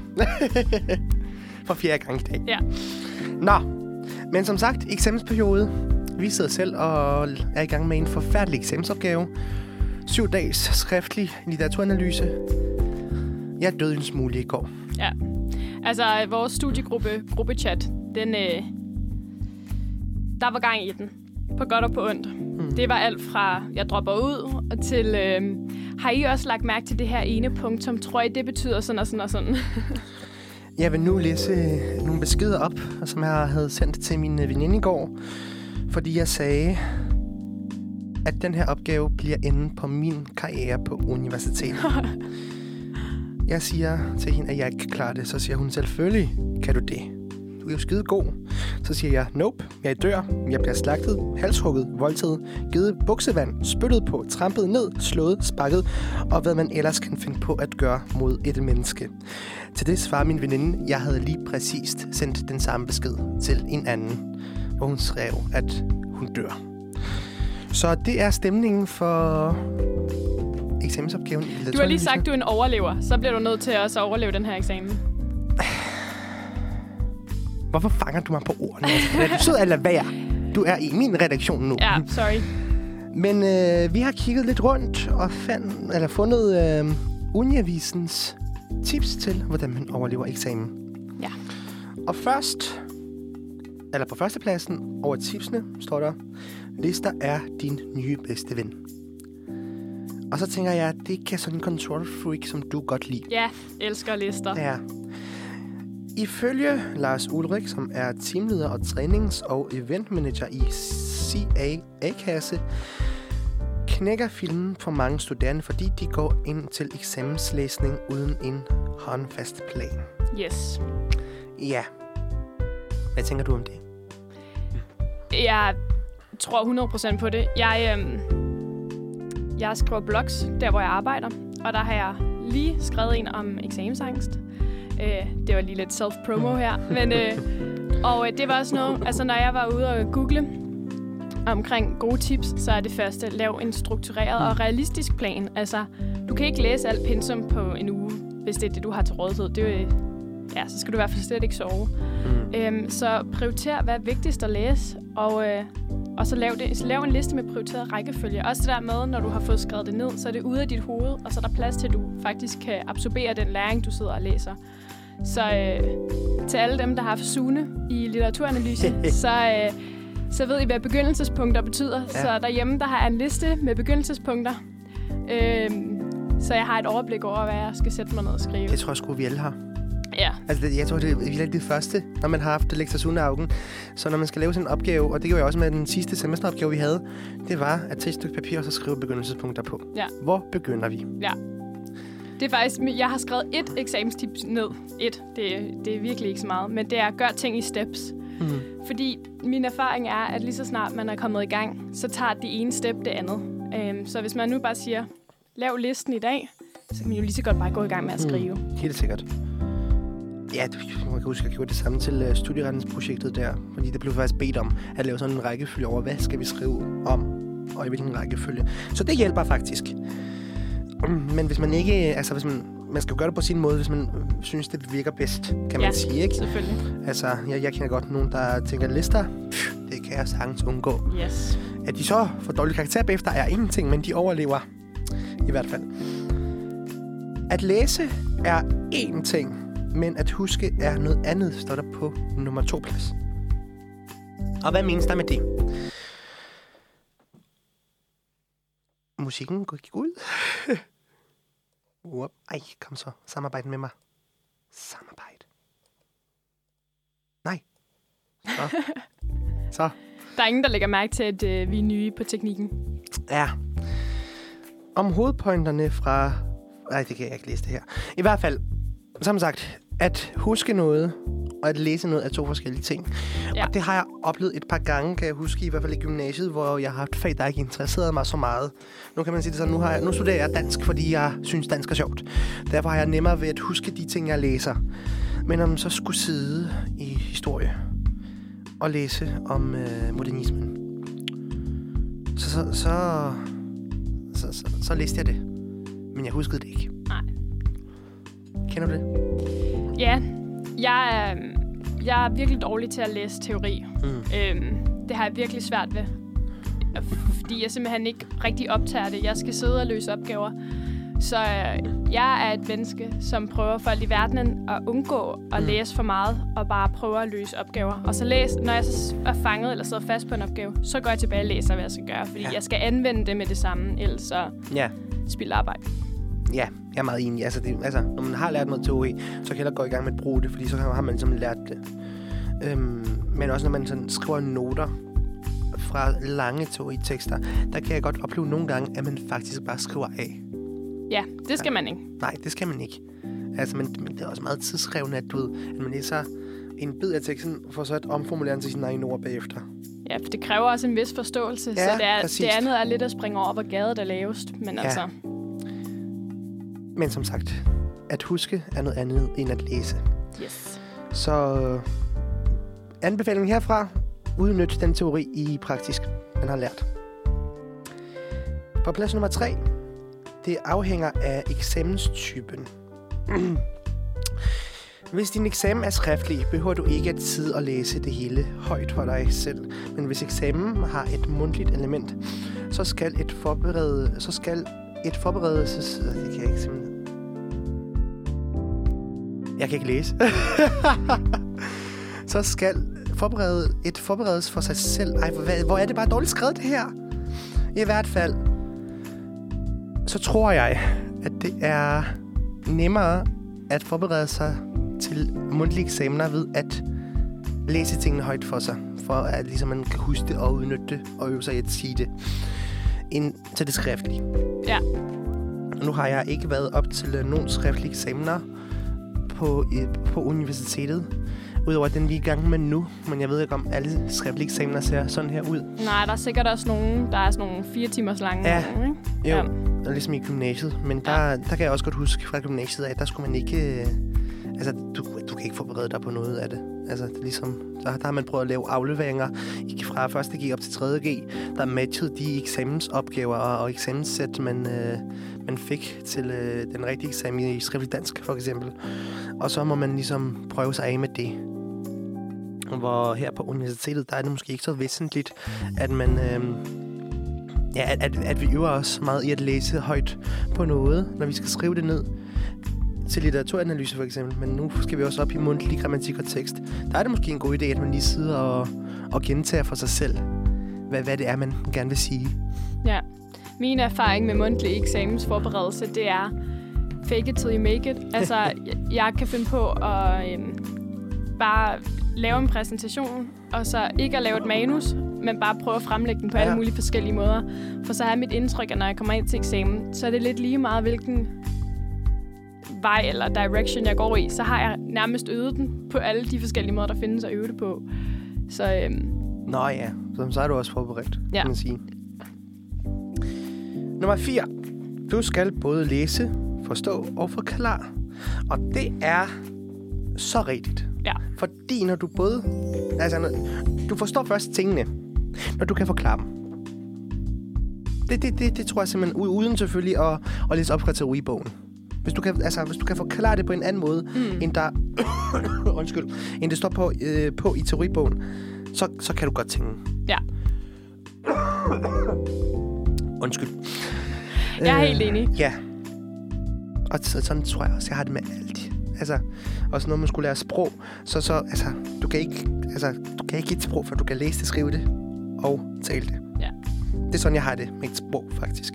For fjerde gang i dag. Ja. Nå, men som sagt, eksamensperiode. Vi sidder selv og er i gang med en forfærdelig eksamensopgave. Syv dages skriftlig litteraturanalyse. Jeg døde en smule i går. Ja. Altså, vores studiegruppe, gruppechat, den, øh, der var gang i den. På godt og på ondt. Mm. Det var alt fra, jeg dropper ud, og til, øh, har I også lagt mærke til det her ene punktum? Tror I, det betyder sådan og sådan og sådan? Jeg vil nu læse nogle beskeder op, som jeg havde sendt til min veninde i går. Fordi jeg sagde, at den her opgave bliver enden på min karriere på universitetet. Jeg siger til hende, at jeg ikke kan klare det. Så siger hun, selvfølgelig kan du det. Du er jo skide god. Så siger jeg, nope, jeg dør, jeg bliver slagtet, halshugget, voldtaget, givet buksevand, spyttet på, trampet ned, slået, sparket, og hvad man ellers kan finde på at gøre mod et menneske. Til det svarer min veninde, jeg havde lige præcist sendt den samme besked til en anden, hvor hun skrev, at hun dør. Så det er stemningen for eksamensopgaven i litteraturanalyse. Du har lige sagt, at du er en overlever. Så bliver du nødt til også at overleve den her eksamen. Hvorfor fanger du mig på ordene? Du sidder eller hvad? Du er i min redaktion nu. Ja, sorry. Men øh, vi har kigget lidt rundt og fandt, eller fundet øh, Uniavisens tips til, hvordan man overlever eksamen. Ja. Og først, eller på førstepladsen over tipsene, står der, lister er din nye bedste ven. Og så tænker jeg, at det kan sådan en control freak, som du godt lide. Ja, elsker lister. Ja. Ifølge Lars Ulrik, som er teamleder og trænings- og eventmanager i C A A-kasse, knækker filmen for mange studerende, fordi de går ind til eksamenslæsning uden en håndfast plan. Yes. Ja. Hvad tænker du om det? Jeg tror hundrede procent på det. Jeg, øhm, jeg skriver blogs, der hvor jeg arbejder, og der har jeg lige skrevet en om eksamensangst. Øh, det var lige lidt self-promo her. Men, øh, og øh, det var også noget, altså når jeg var ude og google omkring gode tips, så er det første, lav en struktureret og realistisk plan. Altså, du kan ikke læse alt pensum på en uge, hvis det er det, du har til rådighed. Det er jo, ja, så skal du i hvert fald slet ikke sove. Mm. Øhm, så prioriter, hvad er vigtigst at læse, og, øh, og så lav, det, så lav en liste med prioriteret rækkefølge. Også det der med, når du har fået skrevet det ned, så er det ude af dit hoved, og så er der plads til, at du faktisk kan absorbere den læring, du sidder og læser. Så øh, til alle dem, der har haft Sune i litteraturanalyse, så, øh, så ved I, hvad begyndelsespunkter betyder. Ja. Så derhjemme, der har jeg en liste med begyndelsespunkter. Øh, så jeg har et overblik over, hvad jeg skal sætte mig ned og skrive. Det tror jeg sgu, vi alle har. Ja. Altså, det, jeg tror, det er virkelig det første, når man har haft lektor Sune-augen. Så når man skal lave sådan en opgave, og det gjorde jeg også med den sidste semesteropgave, vi havde, det var at tage et stykke papir og så skrive begyndelsespunkter på. Ja. Hvor begynder vi? Ja. Det er faktisk, jeg har skrevet et eksamenstip ned. Et, det, det er virkelig ikke så meget, men det er at gøre ting i steps. Mm. Fordi min erfaring er, at lige så snart man er kommet i gang, så tager det ene step det andet. Øhm, så hvis man nu bare siger, lav listen i dag, så kan man jo lige så godt bare gå i gang med at skrive. Mm. Helt sikkert. Ja, man kan huske, at jeg gjorde det samme til uh, studieretningsprojektet der, fordi det blev faktisk bedt om at lave sådan en rækkefølge over, hvad skal vi skrive om, og i hvilken rækkefølge. Så det hjælper faktisk. Men hvis man ikke, altså hvis man, man skal jo gøre det på sin måde, hvis man synes, det virker bedst, kan man ja, sige, ikke? Selvfølgelig. Altså, jeg, jeg kender godt nogen, der tænker lister. Pff, det kan jeg sagtens undgå. Yes. At de så får dårlig karakter bagefter er ingenting, men de overlever i hvert fald. At læse er én ting, men at huske er noget andet, står der på nummer to plads. Og hvad menes der med det? musikken gik ud. uh, ej, kom så. Samarbejde med mig. Samarbejde. Nej. Så. så. Der er ingen, der lægger mærke til, at øh, vi er nye på teknikken. Ja. Om hovedpointerne fra... Nej, det kan jeg ikke læse det her. I hvert fald, som sagt, at huske noget og at læse noget er to forskellige ting. Ja. Og det har jeg oplevet et par gange, kan jeg huske, i hvert fald i gymnasiet, hvor jeg har haft fag, der ikke interesserede mig så meget. Nu kan man sige det sådan, nu, har jeg, nu studerer jeg dansk, fordi jeg synes, dansk er sjovt. Derfor har jeg nemmere ved at huske de ting, jeg læser. Men om man så skulle sidde i historie og læse om øh, modernismen, så, så, så, så, så, så læste jeg det. Men jeg huskede det ikke. Nej. Kender du det? Ja, jeg er, jeg er virkelig dårlig til at læse teori. Mm. Øhm, det har jeg virkelig svært ved. Fordi jeg simpelthen ikke rigtig optager det. Jeg skal sidde og løse opgaver. Så øh, jeg er et menneske, som prøver for alt i verdenen at undgå at mm. læse for meget, og bare prøver at løse opgaver. Og så læs, når jeg så er fanget eller sidder fast på en opgave, så går jeg tilbage og læser, hvad jeg skal gøre. Fordi ja. jeg skal anvende det med det samme, ellers så ja. spilder arbejde. Ja, jeg er meget enig. Altså, det, altså, når man har lært noget teori, så kan jeg heller gå i gang med at bruge det, fordi så har man ligesom lært det. Øhm, men også når man sådan skriver noter fra lange teoritekster, der kan jeg godt opleve nogle gange, at man faktisk bare skriver af. Ja, det skal ja. man ikke. Nej, det skal man ikke. Altså, men, men det er også meget tidskrævende, at, du ved, at man læser en bid af teksten, for så at omformulere den til sine egne ord bagefter. Ja, for det kræver også en vis forståelse, ja, så det, er, det andet er lidt at springe over, hvor gaden er lavest. Men ja. altså... Men som sagt, at huske er noget andet end at læse. Yes. Så anbefalingen herfra, udnyt den teori i praktisk, man har lært. På plads nummer tre, det afhænger af eksamenstypen. Hvis din eksamen er skriftlig, behøver du ikke at sidde og læse det hele højt for dig selv. Men hvis eksamen har et mundtligt element, så skal et forberede, så skal et forberedelses... Det kan jeg ikke simpelthen... Jeg kan ikke læse. Så skal forberede et forberedes for sig selv. Ej, hvor, hvor er det bare dårligt skrevet, det her. I hvert fald, så tror jeg, at det er nemmere at forberede sig til mundtlige eksamener ved at læse tingene højt for sig. For at ligesom man kan huske det og udnytte det og øve sig i at sige det. Ind til det skriftlige. Ja. Nu har jeg ikke været op til nogen skriftlige eksamener på, øh, på universitetet. Udover den vi er i gang med nu. Men jeg ved ikke, om alle skriftlige eksamener ser sådan her ud. Nej, der er sikkert også nogen, der er sådan nogle fire timers lange. Ja, nogen, ikke? jo. Ja. Ligesom i gymnasiet. Men der, ja. der kan jeg også godt huske fra gymnasiet, at der skulle man ikke... Øh, altså, du, du kan ikke forberede dig på noget af det. Altså, det er ligesom... Der, der har man prøvet at lave afleveringer fra første G op til tredje G, der matchede de eksamensopgaver og, og eksamenssæt, man, øh, man fik til øh, den rigtige eksamen i skriftlig dansk, for eksempel. Og så må man ligesom prøve sig af med det. Hvor her på universitetet, der er det måske ikke så væsentligt, at man... Øh, ja, at, at, at vi øver os meget i at læse højt på noget, når vi skal skrive det ned. Til litteraturanalyse for eksempel, men nu skal vi også op i mundtlig grammatik og tekst. Der er det måske en god idé, at man lige sidder og, og gentager for sig selv, hvad, hvad det er, man gerne vil sige. Ja, min erfaring med mundtlig eksamensforberedelse, det er fake it till you make it. Altså, jeg, jeg kan finde på at øhm, bare lave en præsentation, og så ikke at lave et manus, men bare prøve at fremlægge den på ja. alle mulige forskellige måder. For så har mit indtryk, at når jeg kommer ind til eksamen, så er det lidt lige meget, hvilken vej eller direction, jeg går i, så har jeg nærmest øvet den på alle de forskellige måder, der findes at øve det på. Så, øhm... Nå ja, så, så er du også forberedt, ja. kan man sige. Nummer fire. Du skal både læse, forstå og forklare. Og det er så rigtigt. Ja. Fordi når du både... Altså, når, du forstår først tingene, når du kan forklare dem. Det, det, det, det tror jeg simpelthen, uden selvfølgelig at, at læse op fra teoribogen. Hvis du kan, altså, hvis du kan forklare det på en anden måde, mm. end der, undskyld, end det står på, øh, på i teoribogen, så, så kan du godt tænke. Ja. Undskyld. Jeg er øh, helt enig. Ja. Og sådan tror jeg også, jeg har det med alt. Altså, også når man skulle lære sprog, så, så altså, du kan ikke, altså, du kan ikke give et sprog, for du kan læse det, skrive det og tale det. Ja. Det er sådan, jeg har det med et sprog, faktisk.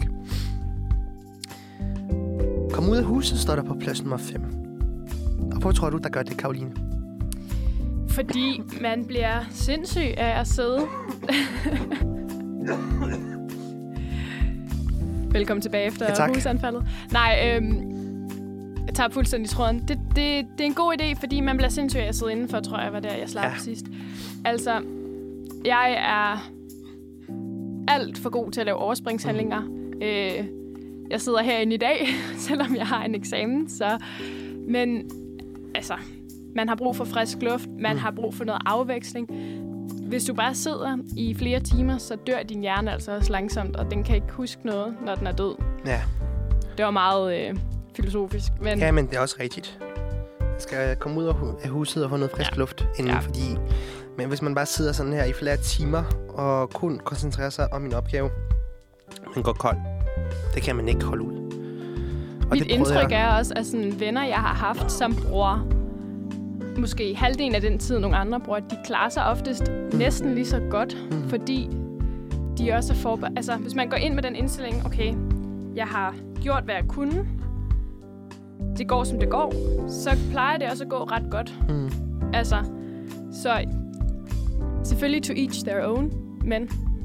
Kom ud af huset, står der på plads nummer fem. Og hvor tror du, der gør det, Karoline? Fordi man bliver sindssyg af at sidde. Velkommen tilbage efter ja, husanfaldet. Nej, øhm, jeg tager fuldstændig tråden. Det, det, det er en god idé, fordi man bliver sindssyg af at sidde indenfor, tror jeg, var der, jeg slap ja. sidst. Altså, jeg er alt for god til at lave overspringshandlinger. Mm. Øh, jeg sidder herinde i dag, selvom jeg har en eksamen. Så. Men altså, man har brug for frisk luft. Man mm. har brug for noget afveksling. Hvis du bare sidder i flere timer, så dør din hjerne altså også langsomt, og den kan ikke huske noget, når den er død. Ja. Det var meget øh, filosofisk. Men ja, men det er også rigtigt. Jeg skal komme ud af huset og få noget frisk ja. luft inden, ja. fordi... Men hvis man bare sidder sådan her i flere timer og kun koncentrerer sig om en opgave, man går kold. Det kan man ikke holde ud. Og mit indtryk jeg... er også, at sådan venner, jeg har haft, som bruger måske halvdelen af den tid, nogle andre bruger, de klarer sig oftest mm. næsten lige så godt, mm. fordi de også er forberedt. Altså, hvis man går ind med den indstilling, okay, jeg har gjort, hvad jeg kunne, det går, som det går, så plejer det også at gå ret godt. Mm. Altså, så selvfølgelig to each their own, men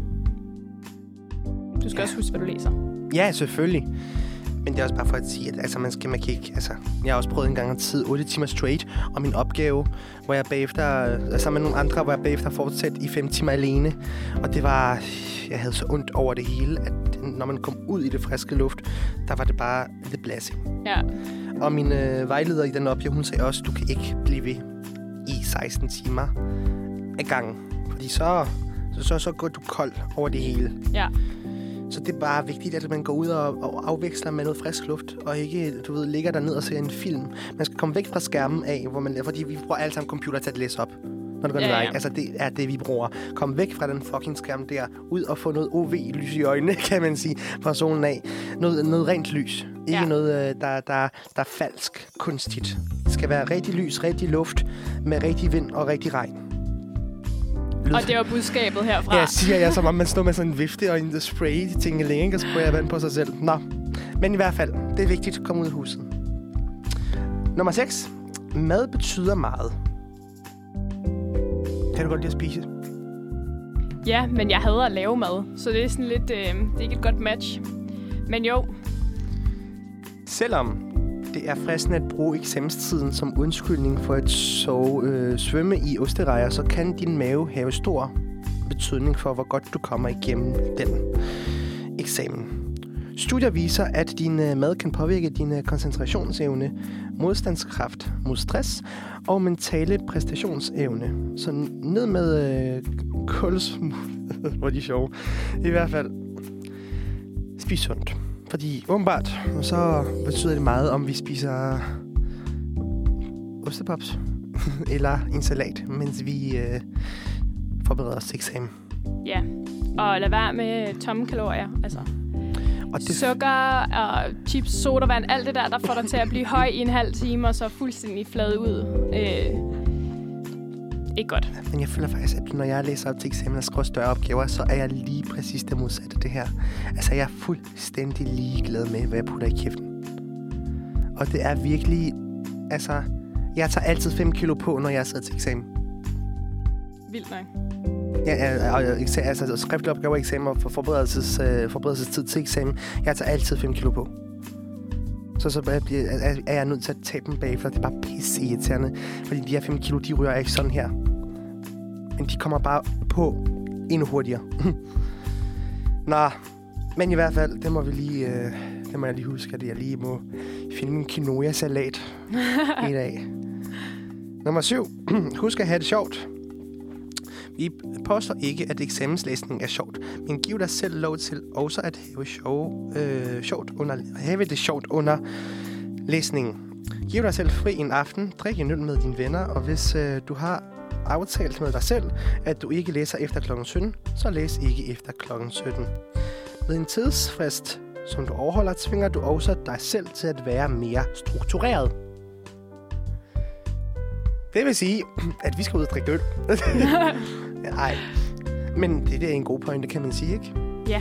du skal ja. også huske, hvad du læser. Ja, selvfølgelig. Men det er også bare for at sige, at altså, man skal man kan ikke... Altså, jeg har også prøvet en gang at sidde otte timer straight om min opgave, hvor jeg bagefter... Sammen med nogle andre, hvor jeg bagefter fortsatte i fem timer alene. Og det var... Jeg havde så ondt over det hele, at når man kom ud i det friske luft, der var det bare the blessing. Ja. Og min øh, vejleder i den opgave, hun sagde også, du kan ikke blive ved i seksten timer af gangen. Fordi så, så, så, så går du kold over det hele. Ja. Så det er bare vigtigt, at man går ud og, og afveksler med noget frisk luft, og ikke, du ved, ligger der ned og ser en film. Man skal komme væk fra skærmen af, hvor man, fordi vi bruger alle sammen computer til at læse op, når det går ja, ja. Altså, det er det, vi bruger. Kom væk fra den fucking skærm der, ud og få noget O V-lys i øjnene, kan man sige, fra solen af. Noget, noget rent lys. Ikke ja. noget, der, der, der er falsk kunstigt. Det skal være rigtig lys, rigtig luft, med rigtig vind og rigtig regn. Og det var budskabet herfra. Ja, siger jeg, som om man står med sådan en vifte og en spray, de tænker længe, og sprayer vand på sig selv. Nå, men i hvert fald, det er vigtigt at komme ud af huset. Nummer seks. Mad betyder meget. Kan du godt lide at spise? Ja, men jeg hader at lave mad, så det er sådan lidt, øh, det er ikke et godt match. Men jo. Selvom det er fristende at bruge eksamenstiden som undskyldning for at sove, øh, svømme i osterejer, så kan din mave have stor betydning for, hvor godt du kommer igennem den eksamen. Studier viser, at din øh, mad kan påvirke din øh, koncentrationsevne, modstandskraft mod stress og mentale præstationsevne. Så ned med øh, kulsmuld. Hvor de sjove. I hvert fald, spis sundt. Fordi åbenbart, så betyder det meget, om vi spiser ostepops eller en salat, mens vi øh, forbereder os til eksamen. Ja, og lad være med tomme kalorier. Altså, og det sukker og chips, sodavand, alt det der, der får dig til at blive høj i en halv time, og så fuldstændig flade ud. Øh, ikke godt. Men jeg føler faktisk, at når jeg læser op til eksamen og skriver større opgaver, så er jeg lige præcis det modsatte af det her. Altså, jeg er fuldstændig ligeglad med, hvad jeg putter i kæften. Og det er virkelig... Altså, jeg tager altid fem kilo på, når jeg sidder til eksamen. Vildt nok. Ja, og, altså skriftlige opgaver, eksamen og forberedelses, uh, forberedelsestid til eksamen. Jeg tager altid fem kilo på. Så, så er, er jeg nødt til at tabe dem bagefter. Det er bare pisse irriterende. Fordi de her fem kilo, de ryger ikke sådan her. Men de kommer bare på endnu hurtigere. Nå, men i hvert fald, det må vi lige, øh, det må jeg lige huske, at jeg lige må finde min quinoa-salat i dag. Nummer syv. Husk at have det sjovt. Vi påstår ikke, at eksamenslæsning er sjovt, men giv dig selv lov til også at have, sjov, øh, sjovt under, have det sjovt under læsningen. Giv dig selv fri en aften, drik en øl med dine venner, og hvis øh, du har aftalt med dig selv, at du ikke læser efter klokken sytten, så læs ikke efter klokken sytten. Med en tidsfrist, som du overholder, tvinger du også dig selv til at være mere struktureret. Det vil sige, at vi skal ud og drikke øl. Nej, men det, det er en god pointe, kan man sige, ikke? Ja.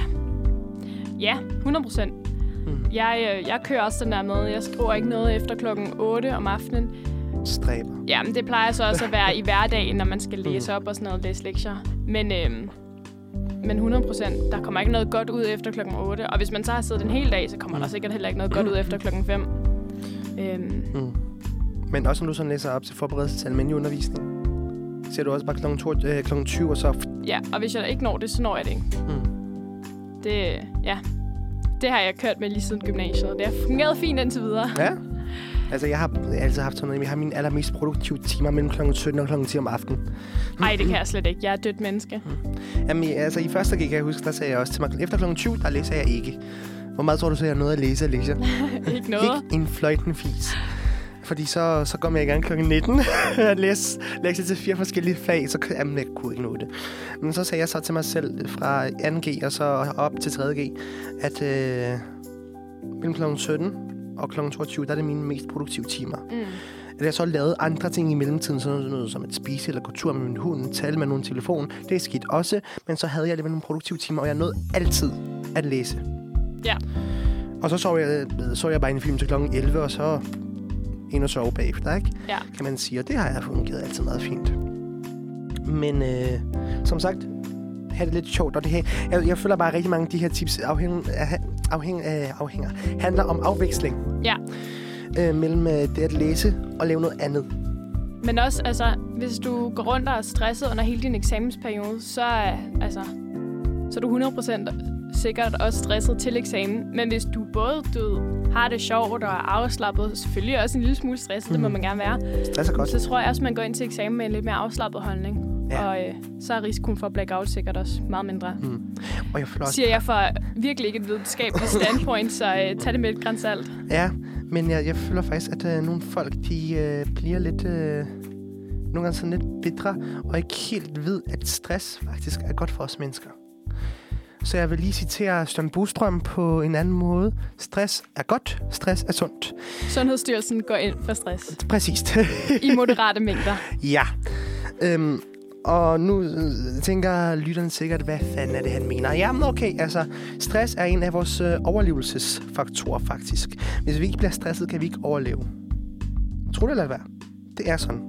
Ja, hundrede procent. Mm. Jeg, jeg kører også den der med. Jeg skriver ikke noget efter klokken otte om aftenen. Stræber. Ja, men det plejer så også at være i hverdagen, når man skal læse op og sådan noget, læse lektier. Men, øhm, men hundrede procent, der kommer ikke noget godt ud efter klokken otte. Og hvis man så har siddet en hel dag, så kommer mm. der sikkert heller ikke noget godt ud efter klokken fem. Øhm. Mm. Men også når du sådan læser op til forberedelse til almindelig undervisning, ser du også bare klokken øh, klokken tyve og så... Ja, og hvis jeg ikke når det, så når jeg det ikke. Mm. Det, ja. Det har jeg kørt med lige siden gymnasiet, og det har fungeret fint indtil videre. Ja. Altså, jeg har altid haft sådan noget, jeg har mine allermest produktive timer mellem klokken sytten og klokken ti om aftenen. Nej, det kan jeg slet ikke. Jeg er et dødt menneske. Mm. Jamen, altså, i første gik jeg huske, der sagde jeg også til mig, efter klokken tyve, der læser jeg ikke. Hvor meget tror du, så jeg nåede at læse og læse? Ikke noget. Ikke en fløjtende fis. Fordi så, så kom jeg i gang klokken nitten at læse lektier til fire forskellige fag, så jamen, jeg kunne ikke nå det. Men så sagde jeg så til mig selv fra anden G og så op til tredje G, at øh, mellem klokken sytten og klokken toogtyve, der er det mine mest produktive timer. Mm. At jeg så lavede andre ting i mellemtiden, sådan noget, noget som at spise eller gå tur med min hund, tale med nogen telefon. Det er skidt også, men så havde jeg lidt nogle produktive timer, og jeg nåede altid at læse. Ja. Og så så jeg, så jeg bare en film til klokken elleve, og så ind og sove bagefter, ikke? Ja. Kan man sige, og det har jeg fungeret altid meget fint. Men øh, som sagt, have det lidt sjovt, og det her, jeg, jeg føler bare, at rigtig mange af de her tips afhæng, afhæng, øh, afhænger, handler om afveksling. Ja. Øh, mellem øh, det at læse og lave noget andet. Men også, altså, hvis du går rundt og er stresset under hele din eksamensperiode, så er, altså, så er du hundrede procent sikkert også stresset til eksamen. Men hvis du både du har det sjovt og er afslappet, selvfølgelig også en lille smule stresset, mm. det må man gerne være. Stress er godt. Så tror jeg også, man går ind til eksamen med en lidt mere afslappet holdning. Ja. Og øh, så er risikoen for blackout sikkert også meget mindre. Mm. Og jeg føler også... Siger jeg for virkelig ikke et videnskabeligt standpoint, så øh, tag det med et gran salt. Ja, men jeg, jeg føler faktisk, at øh, nogle folk, de øh, bliver lidt... Øh, nogle gange sådan lidt bitre, og ikke helt ved, at stress faktisk er godt for os mennesker. Så jeg vil lige citere Søren Bostrøm på en anden måde. Stress er godt, stress er sundt. Sundhedsstyrelsen går ind for stress. Præcist. I moderate mængder. Ja. Øhm, og nu tænker lytteren sikkert, hvad fanden er det, han mener? Jamen okay, altså stress er en af vores øh, overlevelsesfaktorer faktisk. Hvis vi ikke bliver stresset, kan vi ikke overleve. Tror det eller hvad? Det er sådan.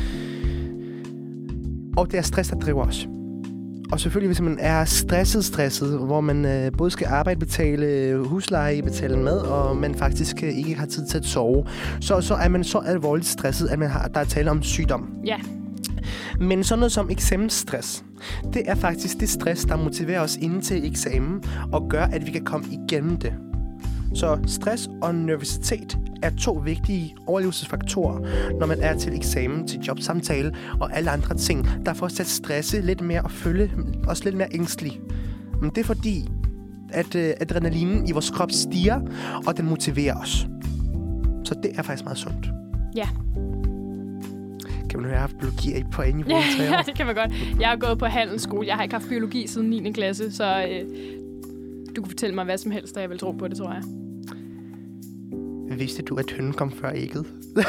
Og det er stress, der driver os. Og selvfølgelig, hvis man er stresset, stresset, hvor man øh, både skal arbejde, betale husleje, betale mad, og man faktisk øh, ikke har tid til at sove, så, så er man så alvorligt stresset, at man har, der er tale om sygdom. Ja. Men sådan noget som eksamensstress, det er faktisk det stress, der motiverer os inden til eksamen, og gør, at vi kan komme igennem det. Så stress og nervøsitet er to vigtige overlevelsesfaktorer, når man er til eksamen, til jobsamtale og alle andre ting, der får os til at stresse lidt mere og føle os lidt mere ængstelig. Men det er fordi, at øh, adrenalinen i vores krop stiger, og den motiverer os. Så det er faktisk meget sundt. Ja. Kan man høre, jeg har haft biologi af på en niveau? Ja, ja, det kan man godt. Jeg har gået på handelsskole. Jeg har ikke haft biologi siden niende klasse, så øh, du kan fortælle mig hvad som helst, og jeg vil tro på det, tror jeg. Vidste du, at hønnen kom før ægget?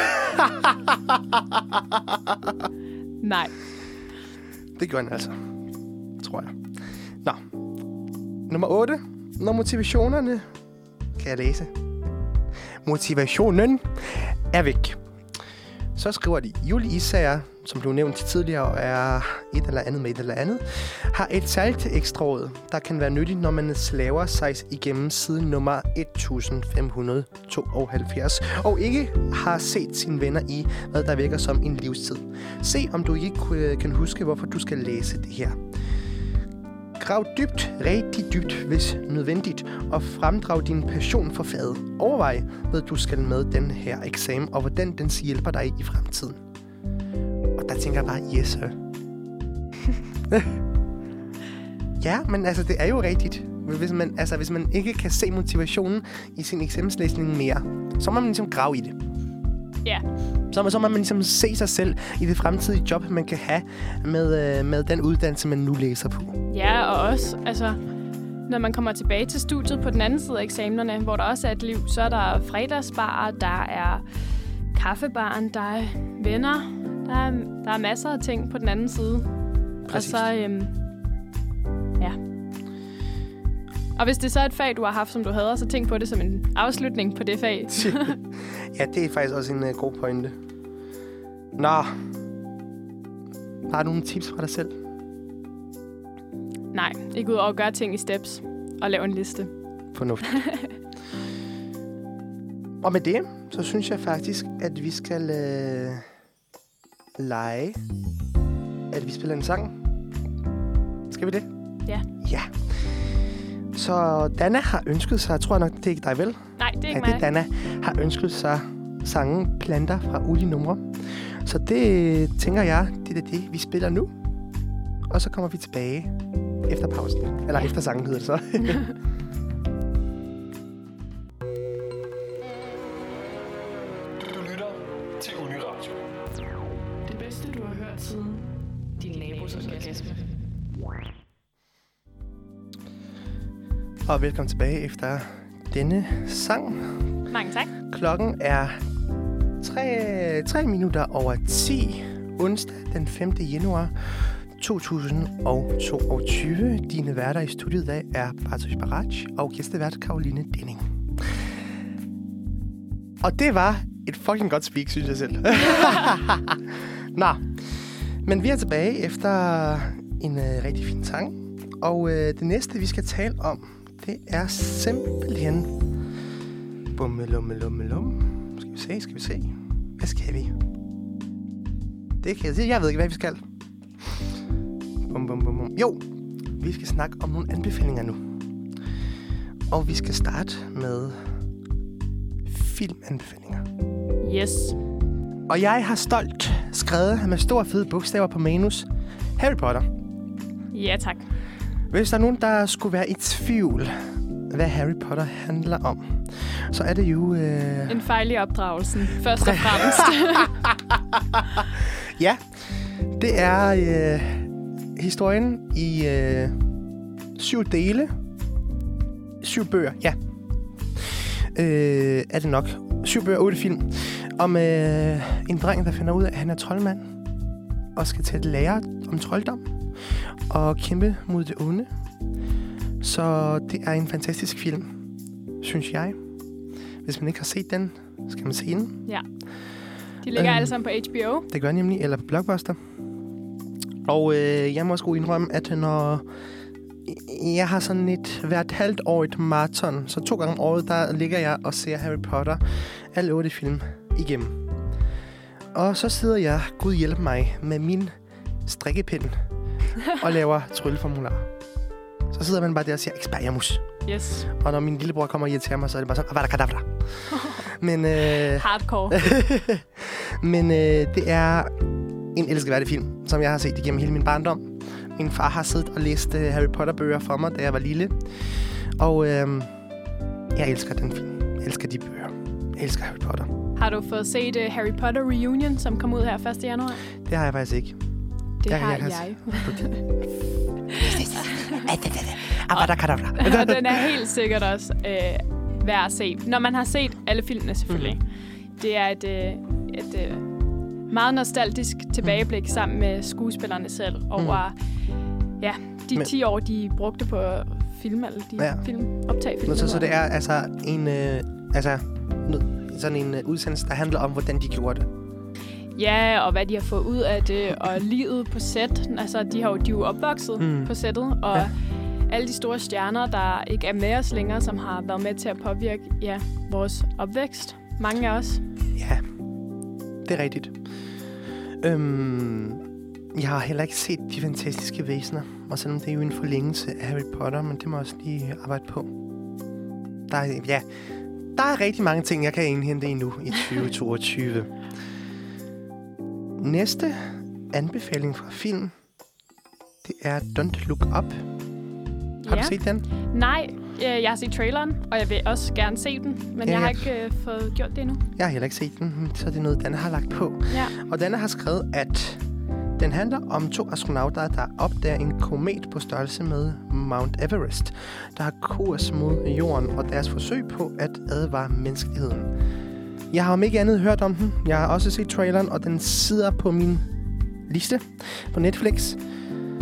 Nej. Det gjorde han altså, tror jeg. Nå. Nummer otte. Når motivationerne... Kan jeg læse? Motivationen er væk. Så skriver de, Julie Isager, som blev nævnt tidligere, og er et eller andet med et eller andet, har et særligt ekstraråd, der kan være nyttigt, når man slaver sig igennem siden nummer et tusind fem hundrede tooghalvfjerds, og ikke har set sine venner i, hvad der virker som en livstid. Se, om du ikke kan huske, hvorfor du skal læse det her. Grav dybt, rigtig dybt, hvis nødvendigt, og fremdrag din passion for faget. Overvej, hvad du skal med den her eksamen, og hvordan den hjælper dig i fremtiden. Og der tænker jeg bare, yes, sir. Ja, men altså, det er jo rigtigt. Hvis man, altså, hvis man ikke kan se motivationen i sin eksamenslæsning mere, så må man ligesom grave i det. Ja. Så, så må man ligesom se sig selv i det fremtidige job, man kan have med, øh, med den uddannelse, man nu læser på. Ja, og også, altså, når man kommer tilbage til studiet på den anden side af eksamenerne, hvor der også er et liv, så er der fredagsbar, der er kaffebaren, der er venner, der er, der er masser af ting på den anden side. Præcis. Og så, øhm, ja. Og hvis det så er et fag, du har haft, som du hader, så tænk på det som en afslutning på det fag. Ja, det er faktisk også en uh, god pointe. Nå. Har du nogle tips fra dig selv? Nej, ikke ud over at gøre ting i steps og lave en liste. Fornuftigt. Og med det, så synes jeg faktisk, at vi skal øh, lege, at vi spiller en sang. Skal vi det? Ja. Ja. Så Dana har ønsket sig, jeg tror nok, det er ikke dig vel? Nej, det er ikke ja, mig. Det Dana har ønsket sig sangen Planter fra Uli Numre. Så det tænker jeg, det er det, vi spiller nu. Og så kommer vi tilbage efter pausen. Eller ja. Efter sangen hedder det så. Du lytter til Uniradio. Det bedste, du har hørt siden din nabos orgasme. Og velkommen tilbage efter denne sang. Mange tak. Klokken er tre, tre minutter over ti. Onsdag den femte januar to tusind toogtyve. Dine værter i studiet i dag er Bartosz Baracz og gæstevært Caroline Denning. Og det var et fucking godt speak, synes jeg selv. Nå, men vi er tilbage efter en uh, rigtig fin sang. Og uh, det næste, vi skal tale om, det er simpelthen... Bummelummelummelum. Skal vi se, skal vi se. Hvad skal vi? Det kan jeg sige. Jeg ved ikke, hvad vi skal. Bum, bum, bum, bum. Jo, vi skal snakke om nogle anbefalinger nu. Og vi skal starte med filmanbefalinger. Yes. Og jeg har stolt skrevet med store fede bogstaver på manus Harry Potter. Ja, tak. Hvis der er nogen, der skulle være i tvivl, hvad Harry Potter handler om, så er det jo... Øh... En fejl i opdragelsen, først og fremmest. Ja, det er øh, historien i øh, syv dele. Syv bøger, ja. Øh, er det nok. Syv bøger, otte film. Om øh, en dreng, der finder ud af, at han er troldmand. Og skal til at lære om trolddom. Og kæmpe mod det onde. Så det er en fantastisk film, synes jeg. Hvis man ikke har set den, skal man se den. Ja. De ligger øh, alle sammen på H B O. Det gør nemlig, eller på Blockbuster. Og øh, jeg må også godt indrømme, at når jeg har sådan et hvert halvt år et maraton, så to gange om året, der ligger jeg og ser Harry Potter, alle otte film igennem. Og så sidder jeg, Gud hjælpe mig, med min strikkepind og laver trylleformular. Så sidder man bare der og siger, Expelliarmus. Yes. Og når min lillebror kommer og irriterer mig, så er det bare sådan, Avada Kedavra. Men, øh, hardcore. Men øh, det er en elskeværdig film, som jeg har set igennem hele min barndom. Min far har siddet og læst uh, Harry Potter-bøger for mig, da jeg var lille. Og øh, jeg elsker den film. Jeg elsker de bøger. Jeg elsker Harry Potter. Har du fået set uh, Harry Potter Reunion, som kom ud her første januar? Det har jeg faktisk ikke. Det jeg, har jeg. jeg. Avada Kedavra. Og den er helt sikkert også øh, værd at se. Når man har set alle filmene selvfølgelig. Mm. Det er et, øh, et øh, meget nostalgisk tilbageblik mm. sammen med skuespillerne selv over mm. ja, de Men, ti år, de brugte på film, eller de ja. film, optag film. Så, så det er altså en, øh, altså, sådan en uh, udsendelse, der handler om, hvordan de gjorde det. Ja, og hvad de har fået ud af det, og livet på set. Altså, de har jo, de er jo opvokset mm. på settet, og ja. alle de store stjerner, der ikke er med os længere, som har været med til at påvirke ja, vores opvækst. Mange af os. Ja, det er rigtigt. Øhm, jeg har heller ikke set De Fantastiske Væsener, og selvom det er jo en forlængelse af Harry Potter, men det må jeg også lige arbejde på. Der er, ja, der er rigtig mange ting, jeg kan indhente endnu i tyve toogtyve. Næste anbefaling fra film, det er Don't Look Up. Har ja. du set den? Nej, jeg har set traileren, og jeg vil også gerne se den, men ja, jeg har ikke øh, fået gjort det endnu. Jeg har heller ikke set den, så det er noget, Danne har lagt på. Ja. Og Danne har skrevet, at den handler om to astronauter, der opdager en komet på størrelse med Mount Everest, der har kurs mod jorden og deres forsøg på at advare menneskeligheden. Jeg har om ikke andet hørt om den. Jeg har også set traileren, og den sidder på min liste på Netflix.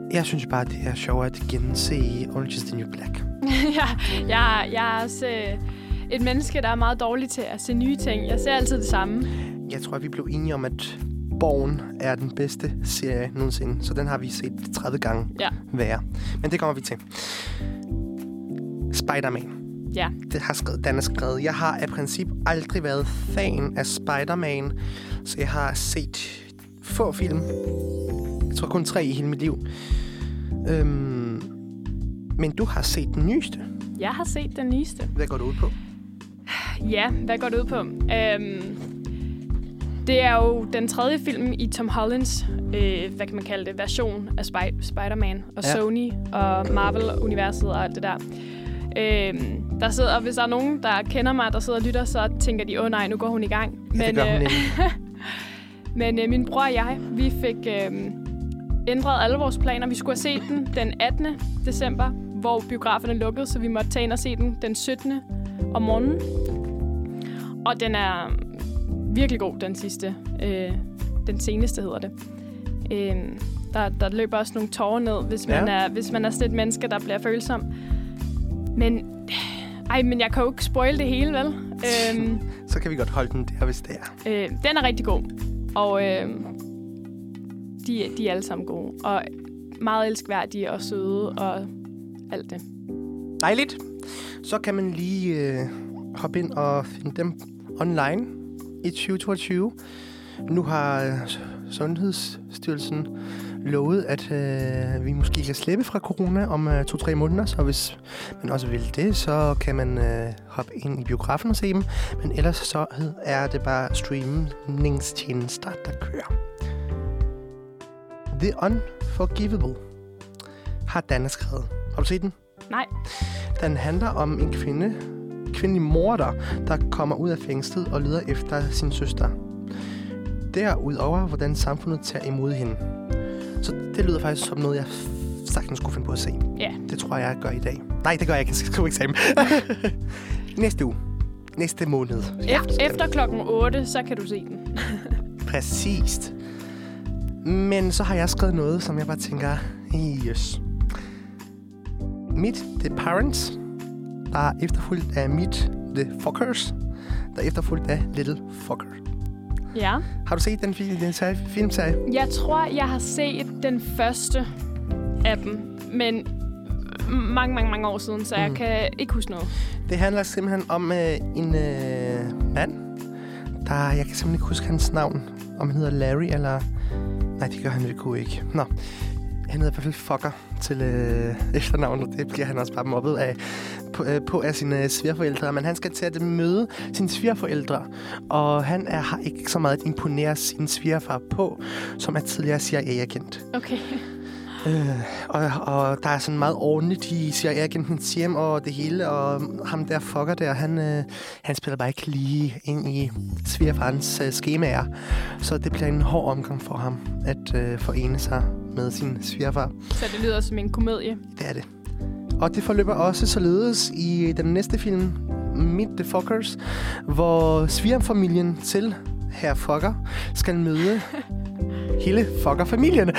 Jeg synes bare, det er sjovt at gense Orange is the New Black. ja, jeg, jeg er også øh, et menneske, der er meget dårlig til at se nye ting. Jeg ser altid det samme. Jeg tror, at vi blev enige om, at Borgen er den bedste serie nogensinde. Så den har vi set tredive gange ja. hver. Men det kommer vi til. Spider-Man. Ja. Det har skrevet, den er skrevet. Jeg har af princip aldrig været fan af Spider-Man. Så jeg har set få film. Jeg tror kun tre i hele mit liv. Øhm, men du har set den nyeste. Jeg har set den nyeste. Hvad går du ud på? Ja, hvad går det ud på? Øhm, det er jo den tredje film i Tom Hollands, øh, hvad kan man kalde det, version af Spy- Spider-Man og ja. Sony og Marvel-universet og alt det der. Øhm, der sidder, hvis der er nogen, der kender mig, der sidder og lytter, så tænker de, åh oh, nej, nu går hun i gang. Ja, men, det gør hun ikke. Men øh, min bror og jeg, vi fik øh, ændret alle vores planer. Vi skulle have set den den attende december, hvor biograferne lukkede, så vi måtte tage ind og se den den syttende om morgenen. Og den er virkelig god, den sidste. Øh, den seneste hedder det. Øh, der, der løber også nogle tårer ned, hvis man, ja. er, hvis man er sådan et menneske, der bliver følsom. Men, ej, men jeg kan jo ikke spoil det hele, vel? Øh, så kan vi godt holde den der, hvis det er. Øh, den er rigtig god. Og øh, de, de er alle sammen gode. Og meget elskværdige og søde og alt det. Dejligt. Så kan man lige øh, hoppe ind og finde dem online i tyve toogtyve. Nu har øh, Sundhedsstyrelsen lovet, at øh, vi måske kan slippe fra corona om øh, to-tre måneder. Så hvis man også vil det, så kan man øh, hoppe ind i biografen og se dem. Men ellers så er det bare streamingstjenester, der kører. The Unforgivable har Danne skrevet. Har du set den? Nej. Den handler om en kvinde, kvindelig morder, der kommer ud af fængslet og leder efter sin søster. Derudover, hvordan samfundet tager imod hende. Så det lyder faktisk som noget, jeg sagtens skulle finde på at se. Ja. Yeah. Det tror jeg, jeg gør i dag. Nej, det gør jeg ikke. Jeg skal skrive eksamen. Næste uge. Næste måned. Ja, efter klokken otte, så kan du se den. Præcist. Men så har jeg skrevet noget, som jeg bare tænker, yes. Meet the Parents, der er efterfulgt af Meet the Fuckers, der er efterfulgt af Little Fucker. Ja. Har du set den, den filmserie? Jeg tror, jeg har set den første af dem, men mange, mange, mange år siden, så mm. jeg kan ikke huske noget. Det handler simpelthen om øh, en øh, mand, der, jeg kan simpelthen ikke huske hans navn, om han hedder Larry eller... Nej, det gør han virkelig ikke. Nå, han hedder i hvert fald Fucker til øh, efternavnet. Det bliver han også bare mobbet af på, øh, på af sine svigerforældre. Men han skal til at møde sine svigerforældre. Og han er, har ikke så meget at imponere sin svigerfar på, som er tidligere C I A-agent. Okay. Øh, og, og der er sådan meget ordentligt i C I A-agentens hjem og det hele. Og ham der Fucker der, han, øh, han spiller bare ikke lige ind i svigerfarens øh, skemaer. Så det bliver en hård omgang for ham at øh, forene sig med sin svigerfar. Så det lyder som en komedie. Det er det. Og det forløber også således i den næste film, Meet the Fuckers, hvor svigerfamilien til herr Fucker skal møde hele Fucker-familien.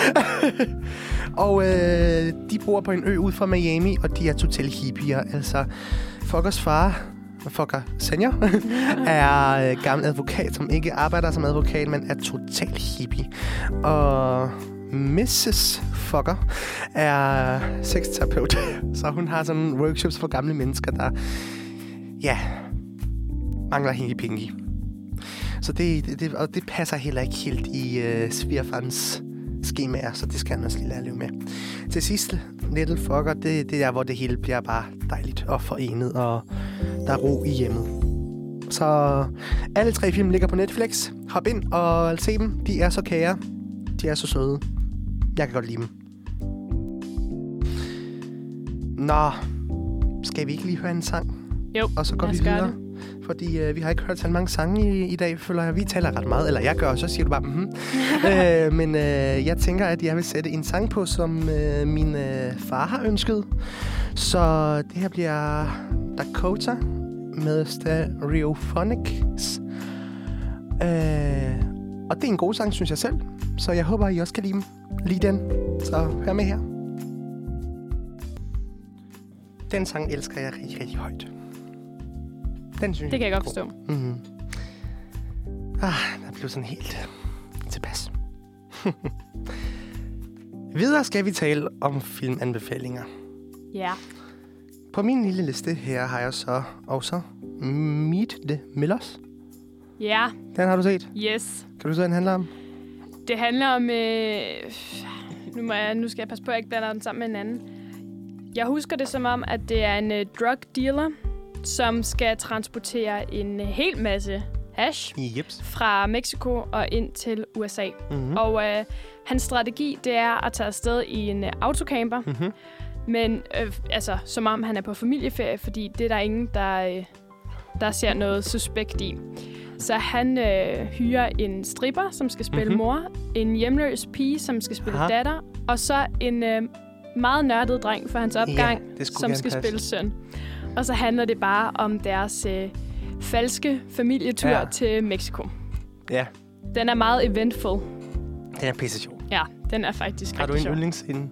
Og øh, de bor på en ø ud fra Miami, og de er totalt hippier. Altså, Fuckers far, Fucker senior, er øh, gammel advokat, som ikke arbejder som advokat, men er totalt hippie. Og missus Fucker er sexterapeut, så hun har sådan workshops for gamle mennesker, der ja, mangler hende penge. Så det, det, og det passer heller ikke helt i øh, svigerfarens skemaer, så det skal han også lige lære at leve med. Til sidst, Little Fucker, det, det er der, hvor det hele bliver bare dejligt og forenet, og der er ro i hjemmet. Så alle tre film ligger på Netflix. Hop ind og se dem. De er så kære. De er så søde. Jeg kan godt lide dem. Nå, skal vi ikke lige høre en sang? Jo, og så går vi videre. Det. Fordi øh, vi har ikke hørt så mange sange i, i dag, føler jeg. Vi taler ret meget, eller jeg gør, og så siger du bare, mhm. øh, men øh, jeg tænker, at jeg vil sætte en sang på, som øh, min øh, far har ønsket. Så det her bliver Dakota med Stereophonics. Øh, og det er en god sang, synes jeg selv. Så jeg håber, I også kan lide dem. Lige den. Så hør med her. Den sang elsker jeg rigtig, rigtig højt. Den synes Det kan jeg godt god. forstå. Mm-hmm. Ah, der blev sådan helt tilpas. Videre skal vi tale om filmanbefalinger. Ja. På min lille liste her har jeg så også Meet the Millers. Ja, Den har du set. yes. Kan du se, hvad den handler om? Det handler om... Øh, nu, må jeg, nu skal jeg passe på, at jeg ikke blander den sammen med en anden. Jeg husker det som om, at det er en øh, drug dealer, som skal transportere en øh, hel masse hash Jeps. fra Mexico og ind til U S A. Mm-hmm. Og øh, hans strategi, det er at tage afsted i en øh, autocamper. Mm-hmm. Men øh, altså, som om han er på familieferie, fordi det er der ingen, der, øh, der ser noget suspekt i. Så han øh, hyrer en stripper, som skal spille Mhm. mor, en hjemløs pige, som skal spille Aha. datter, og så en øh, meget nørdet dreng for hans opgang, det skulle som gerne skal passe. spille søn. Og så handler det bare om deres øh, falske familietur Ja. til Mexico. Ja, Den er meget eventful. den er pisse sjov. Ja, den er faktisk Har du rigtig en sjov. yndlingsscene?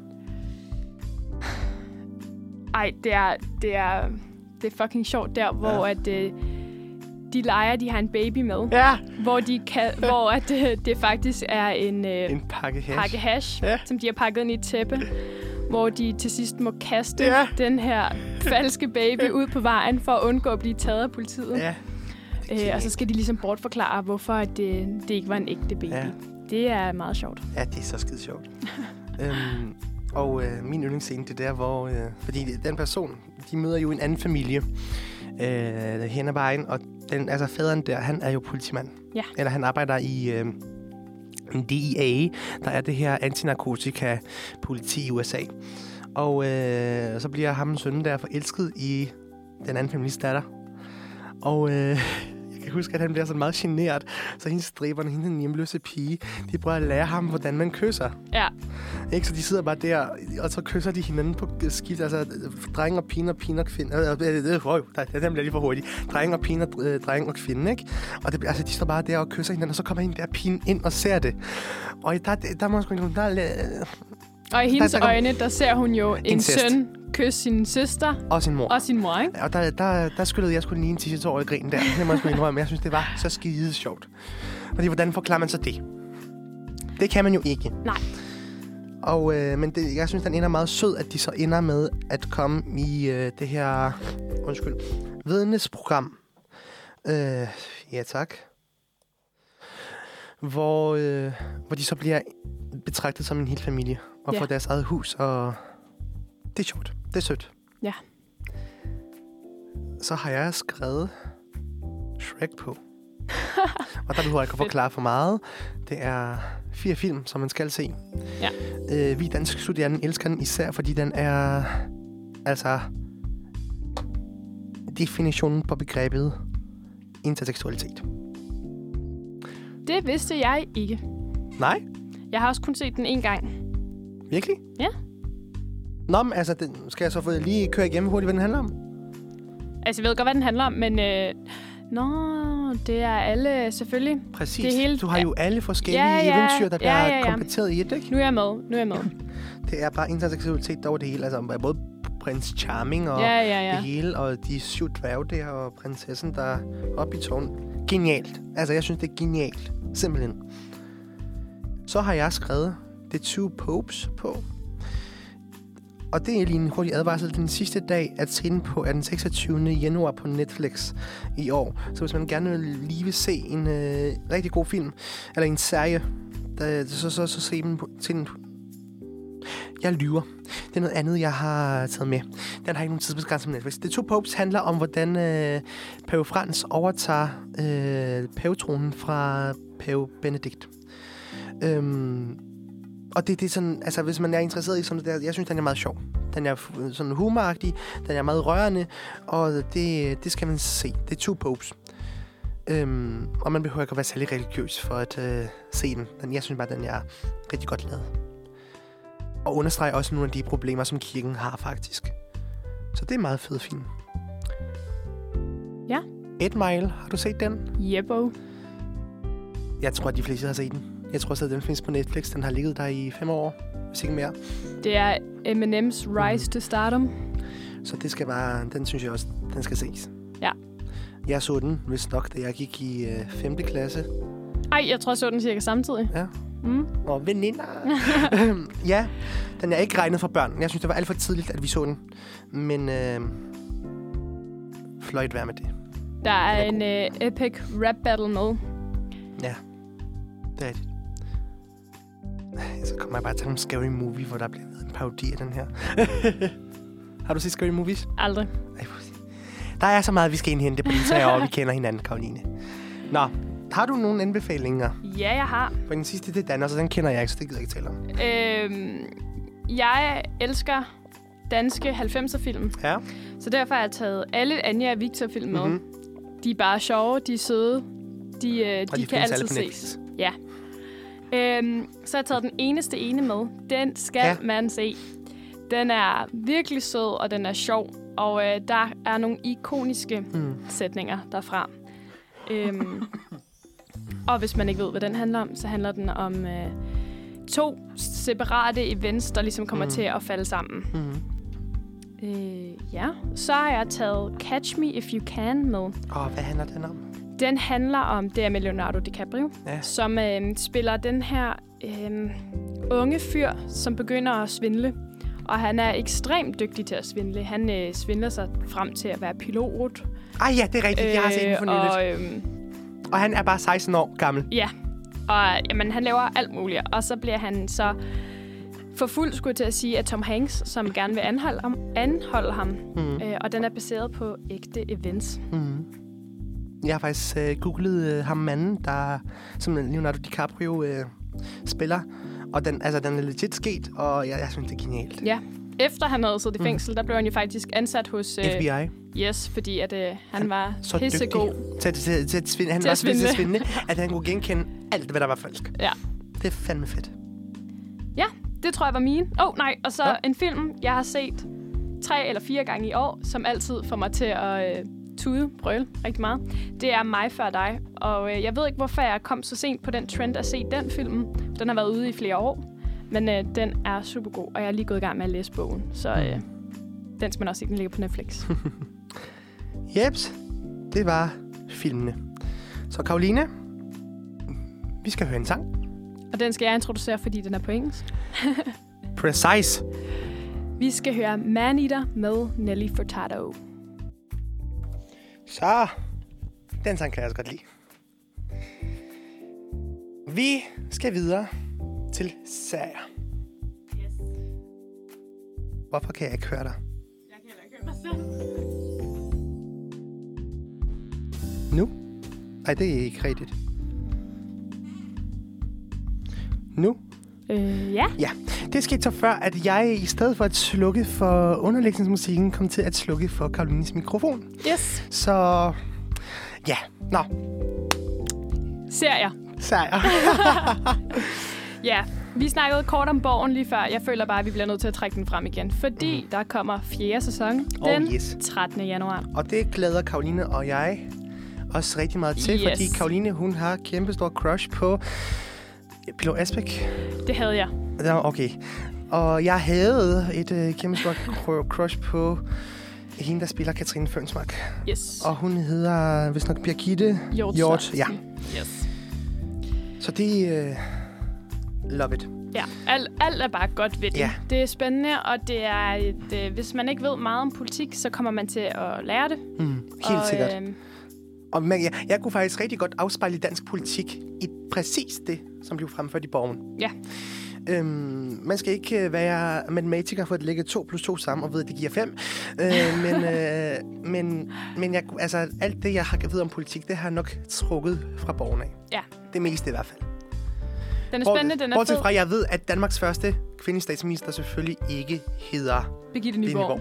Ej, det er, det er, det er fucking sjovt der, hvor at, øh, de leger, de har en baby med. Ja! Hvor, de kan, hvor at, øh, det faktisk er en, øh, En pakke hash. pakke hash, Ja. som de har pakket ind i et tæppe. Hvor de til sidst må kaste Ja. den her falske baby ud på vejen for at undgå at blive taget af politiet. Ja. Øh, og så skal de ligesom bortforklare, hvorfor at det, det ikke var en ægte baby. Ja. Det er meget sjovt. Ja, det er så skide sjovt. øhm, og øh, min yndlingsscene, det er der, hvor... Øh, fordi den person, de møder jo en anden familie øh, hen ad vejen, og den, altså faderen der, han er jo politimand. Ja. Eller han arbejder i øh, D E A, der er det her antinarkotika-politi i U S A. Og øh, så bliver ham sønnen der forelsket i den anden families datter. Og øh, jeg kan huske, at han bliver sådan meget genert. Så hendes striberne, hende den hjemløse pige, de prøver at lære ham, hvordan man kysser. Ja. Ikke? Så de sidder bare der, og så kysser de hinanden på skift. Altså, drenge og piger, piger og kvinde. Øh, øh, wow, der, den bliver lige for hurtigt. Drenge og piger, øh, drenge og kvinde, ikke? Og det, altså, de står bare der og kysser hinanden, og så kommer hende der pigen ind og ser det. Og der, der, der må sgu ikke... Der, er, Og i hendes der kom- øjne, der ser hun jo en Incest. søn kysse sin søster og sin mor. og sin mor, ikke? Og der, der, der skyllede jeg sgu lige en ti-årig grin der. Det må jeg sgu indrømme. Jeg synes, det var så skide sjovt. Fordi, hvordan forklarer man så det? Det kan man jo ikke. Nej. Og, øh, men det, jeg synes, den ender meget sød, at de så ender med at komme i øh, det her, undskyld, vidnesprogram. Øh, ja, tak. Hvor, øh, hvor de så bliver betragtet som en hel familie. Og Ja. får deres eget hus, og det er sjovt. Det er sødt. Ja. Så har jeg skrevet Shrek på. Og der behøver jeg ikke at forklare for meget. Det er fire film, som man skal se. Ja. Øh, vi danske studerende elsker den især, fordi den er altså definitionen på begrebet intertekstualitet. Det vidste jeg ikke. Nej, Jeg har også kun set den en gang. virkelig? Ja. Nå, men altså, den, skal jeg så få lige køre igennem hurtigt, hvad den handler om? Altså, jeg ved godt, hvad den handler om, men... Øh, nå, det er alle selvfølgelig. Præcis. Det hele- Du har jo alle forskellige Ja, ja. eventyr, der bliver Ja, ja, ja. kompletteret i et, ikke? Nu er jeg med. Nu er jeg med. Det er bare interseksualitet over det hele. Altså både prins Charming og Ja, ja, ja. det hele, og de syv dværge der, og prinsessen, der er oppe i tårn. Genialt. Altså, jeg synes, det er genialt. Simpelthen. Så har jeg skrevet The Two Popes på. Og det er lige en hurtig advarsel. Den sidste dag at se den på er den seksogtyvende januar på Netflix i år. Så hvis man gerne lige vil se en øh, rigtig god film, eller en serie, der, så, så, så se den på, se den. Jeg lyver. Det er noget andet, jeg har taget med. Den har ikke nogen tidsbegrænsning på Netflix. The Two Popes handler om, hvordan øh, Pave Frans overtager øh, pavetronen fra Pave Benedikt. Øhm, og det, det er sådan, altså hvis man er interesseret i sådan noget der, jeg synes, den er meget sjov. Den er f- sådan humoragtig, den er meget rørende, og det, det skal man se. Det er Two Popes. Øhm, og man behøver ikke at være særlig religiøs for at øh, se den. Men jeg synes bare, den er rigtig godt lavet. Og understreger også nogle af de problemer, som kirken har faktisk. Så det er en meget fed film. Ja. Eight Mile, har du set den? Jebbo. Jeg tror, at de fleste har set den. Jeg tror også, at den findes på Netflix. Den har ligget der i fem år, hvis ikke mere. Det er Eminems Rise to Stardom. Så det skal bare, den synes jeg også, den skal ses. Ja. Jeg så den, hvis nok, da jeg gik i øh, femte klasse. Ej, jeg tror, jeg så den cirka samtidig. Ja. Mm. Og veninder. Ja, den er ikke regnet for børn. Jeg synes, det var alt for tidligt, at vi så den. Men øh, fløjt vær med det. Der er, Den er en øh, epic rap battle med. Ja, det er det. Så kommer jeg bare til en Scary Movie, hvor der bliver en parodi af den her. Har du set Scary Movies? Aldrig. Ej, der er så meget, vi skal indhente på de tre år, vi kender hinanden, Karoline. Nå, har du nogle anbefalinger? Ja, jeg har. For den sidste, det er Danner, så den kender jeg ikke, så det gider jeg ikke tale om. Øhm, jeg elsker danske halvfemser-film. Ja. Så derfor har jeg taget alle Anja og Victor-film med. Mm-hmm. De er bare sjove, de er søde. De, øh, de, de kan altid ses. Ja. Øhm, så har jeg taget den eneste ene med. Den skal ja. man se. Den er virkelig sød, og den er sjov. Og øh, der er nogle ikoniske mm. sætninger derfra. Øhm, og hvis man ikke ved, hvad den handler om, så handler den om øh, to separate events, der ligesom kommer mm. til at falde sammen. Mm. Øh, ja. Så har jeg taget Catch Me If You Can med. Åh, hvad handler den om? Den handler om, det er med Leonardo DiCaprio, ja. som øh, spiller den her øh, unge fyr, som begynder at svindle. Og han er ekstremt dygtig til at svindle. Han øh, svindler sig frem til at være pilot. Ej ja, det er rigtigt. Jeg har set den for nyligt. Og, øh, og han er bare seksten år gammel. Ja, og jamen, han laver alt muligt. Og så bliver han så forfulgt, skulle jeg til at sige, af Tom Hanks, som gerne vil anholde ham. Anholde ham. Mm. Øh, og den er baseret på ægte events. Mm. Jeg har faktisk øh, googlet øh, ham manden, der som Leonardo DiCaprio øh, spiller. Og den, altså, den er legit sket, og jeg, jeg synes, det er genialt. Ja. Efter han havde siddet i fængsel, mm. der blev han jo faktisk ansat hos... Øh, F B I. Yes, fordi at, øh, han, han var så pissegod. Til, til, til at svinde. Han til var at så til svindle. at svinde, at han kunne genkende alt, hvad der var falsk. Ja. Det er fandme fedt. Ja, det tror jeg var mine. Åh, oh, nej. Og så ja. en film, jeg har set tre eller fire gange i år, som altid får mig til at... Øh, tude, brøl rigtig meget. Det er Mig før dig. Og øh, jeg ved ikke, hvorfor jeg kom så sent på den trend at se den film. Den har været ude i flere år. Men øh, den er super god, og jeg er lige gået i gang med at læse bogen. Så øh, den skal man også se, den ligger på Netflix. Jeps, det var filmene. Så Karoline, vi skal høre en sang. Og den skal jeg introducere, fordi den er på engelsk. Precise. Vi skal høre Man Eater med Nelly Furtado. Så, den sang kan jeg også godt lide. Vi skal videre til serier. Yes. Hvorfor kan jeg ikke høre dig? Jeg kan heller ikke høre mig selv. Nu? Ej, det er ikke rigtigt. Nu? Øh, ja. Ja, det skete så før, at jeg i stedet for at slukke for underlægningsmusikken, kom til at slukke for Karolines mikrofon. Yes. Så, ja, nå. Serier. Serier. Ja, vi snakkede kort om Borgen lige før. Jeg føler bare, at vi bliver nødt til at trække den frem igen, fordi mm. der kommer fjerde sæson oh, den yes. trettende januar. Og det glæder Karoline og jeg også rigtig meget til, yes. fordi Karoline, hun har kæmpestor crush på Pilo Asbæk. Det havde jeg. Okay. Og jeg havde et øh, kæmpestort crush på hende, der spiller Katrine Fønsmark. Yes. Og hun hedder, hvis nok, Birgitte Hjort. Ja. Yes. Så det øh, love it. Ja, alt, alt er bare godt ved det. Ja. Det er spændende, og det er et, øh, hvis man ikke ved meget om politik, så kommer man til at lære det. Mm, helt og, sikkert. Øh, og man, jeg, jeg kunne faktisk rigtig godt afspejle i dansk politik i præcis det, som blev fremført i Borgen. Ja. Øhm, man skal ikke være matematiker for at lægge to plus to sammen og ved, at det giver fem. øh, men øh, men, men jeg, altså, alt det, jeg har vide om politik, det har jeg nok trukket fra Borgen af. Ja. Det meste i hvert fald. Den er spændende, den er Bortset fed. fra, jeg ved, at Danmarks første kvindelige statsminister selvfølgelig ikke hedder Birgitte Nyborg.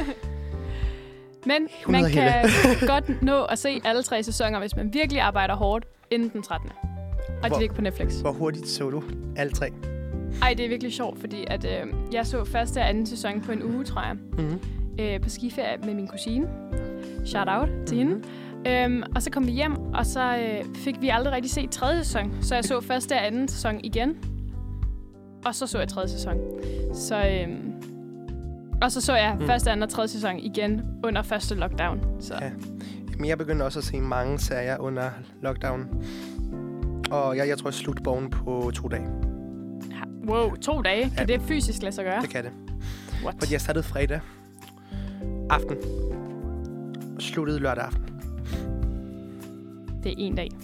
Men Hun man hedder kan godt nå at se alle tre sæsoner, hvis man virkelig arbejder hårdt inden den trettende. Og Hvor, de ligger på Netflix. Hvor hurtigt så du alle tre? Ej, det er virkelig sjovt, fordi at, øh, jeg så første og anden sæson på en uge, tror jeg. Mm-hmm. Øh, på skiferie med min kusine. Shout out til mm-hmm. hende. Øhm, og så kom vi hjem, og så øh, fik vi aldrig rigtig set tredje sæson. Så jeg så første og anden sæson igen. Og så så jeg tredje sæson. Så øh, Og så så jeg Mm. første, anden og tredje sæson igen under første lockdown. Så. Ja. Men jeg begyndte også at se mange serier under lockdown. Og jeg, jeg tror, jeg slutte bogen på to dage. Wow, to dage? Kan Ja. det fysisk lade sig gøre? Det kan det. What? Fordi jeg startede fredag aften. Og sluttede lørdag aften. Det er en dag.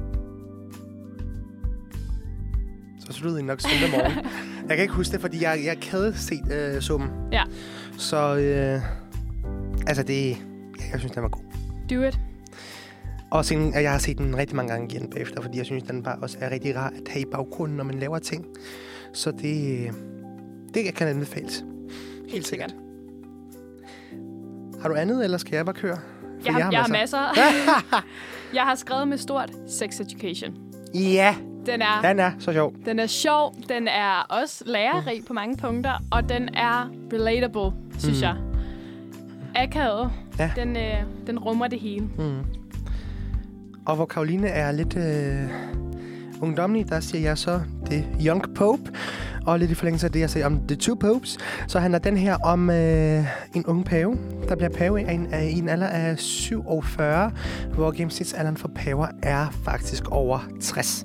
Så sluttede jeg nok søndag morgen. Jeg kan ikke huske det, fordi jeg, jeg havde set øh, summen. Ja. Så øh, altså det... Ja, jeg synes, den var god. Do it. Og sen, jeg har set den rigtig mange gange igen bagefter, fordi jeg synes, den bare også er rigtig rar at have i baggrunden, når man laver ting. Så det, det kan anbefales. Helt, Helt sikkert. Har du andet, eller skal jeg bare køre? For Jeg har, jeg har, jeg har masser. masser. Jeg har skrevet med stort Sex Education. Ja, Den er, den er så sjov. den er sjov, den er også lærerig på mange punkter, og den er relatable, synes Mm. jeg. Akavet. Ja. Den, øh, den rummer det hele. Mm. Og hvor Karoline er lidt øh, ungdommelig, der siger jeg så The Young Pope. Og lidt i forlængelse af det, jeg siger om The Two Popes, så handler den her om øh, en ung pave, der bliver pave i en, af, i en alder af syvogfyrre, hvor gennemsnitsalderen for paver er faktisk over tres.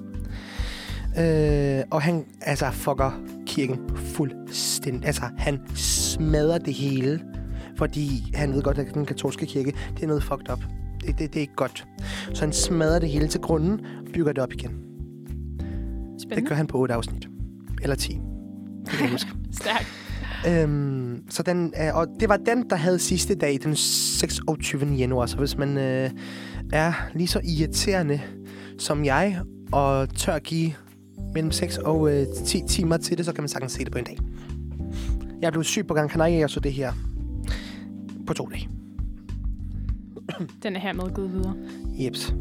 Øh, og han altså fucker kirken fuldstændig. Altså, han smadrer det hele, fordi han ved godt, at den katolske kirke, det er noget fucked up. Det, det, det er ikke godt. Så han smadrer det hele til grunden og bygger det op igen. Spændende. Det gør han på otte afsnit. Eller ti. Det kan jeg huske. Stærkt. øhm, så den, øh, og det var den, der havde sidste dag, den seksogtyvende januar. Så hvis man øh, er lige så irriterende som jeg, og tør give mellem seks og øh, ti timer til det, så kan man sagtens se det på en dag. Jeg blev syg på Gran Canaria, og så det her på to dage. Den er hermed gået videre. Jeps.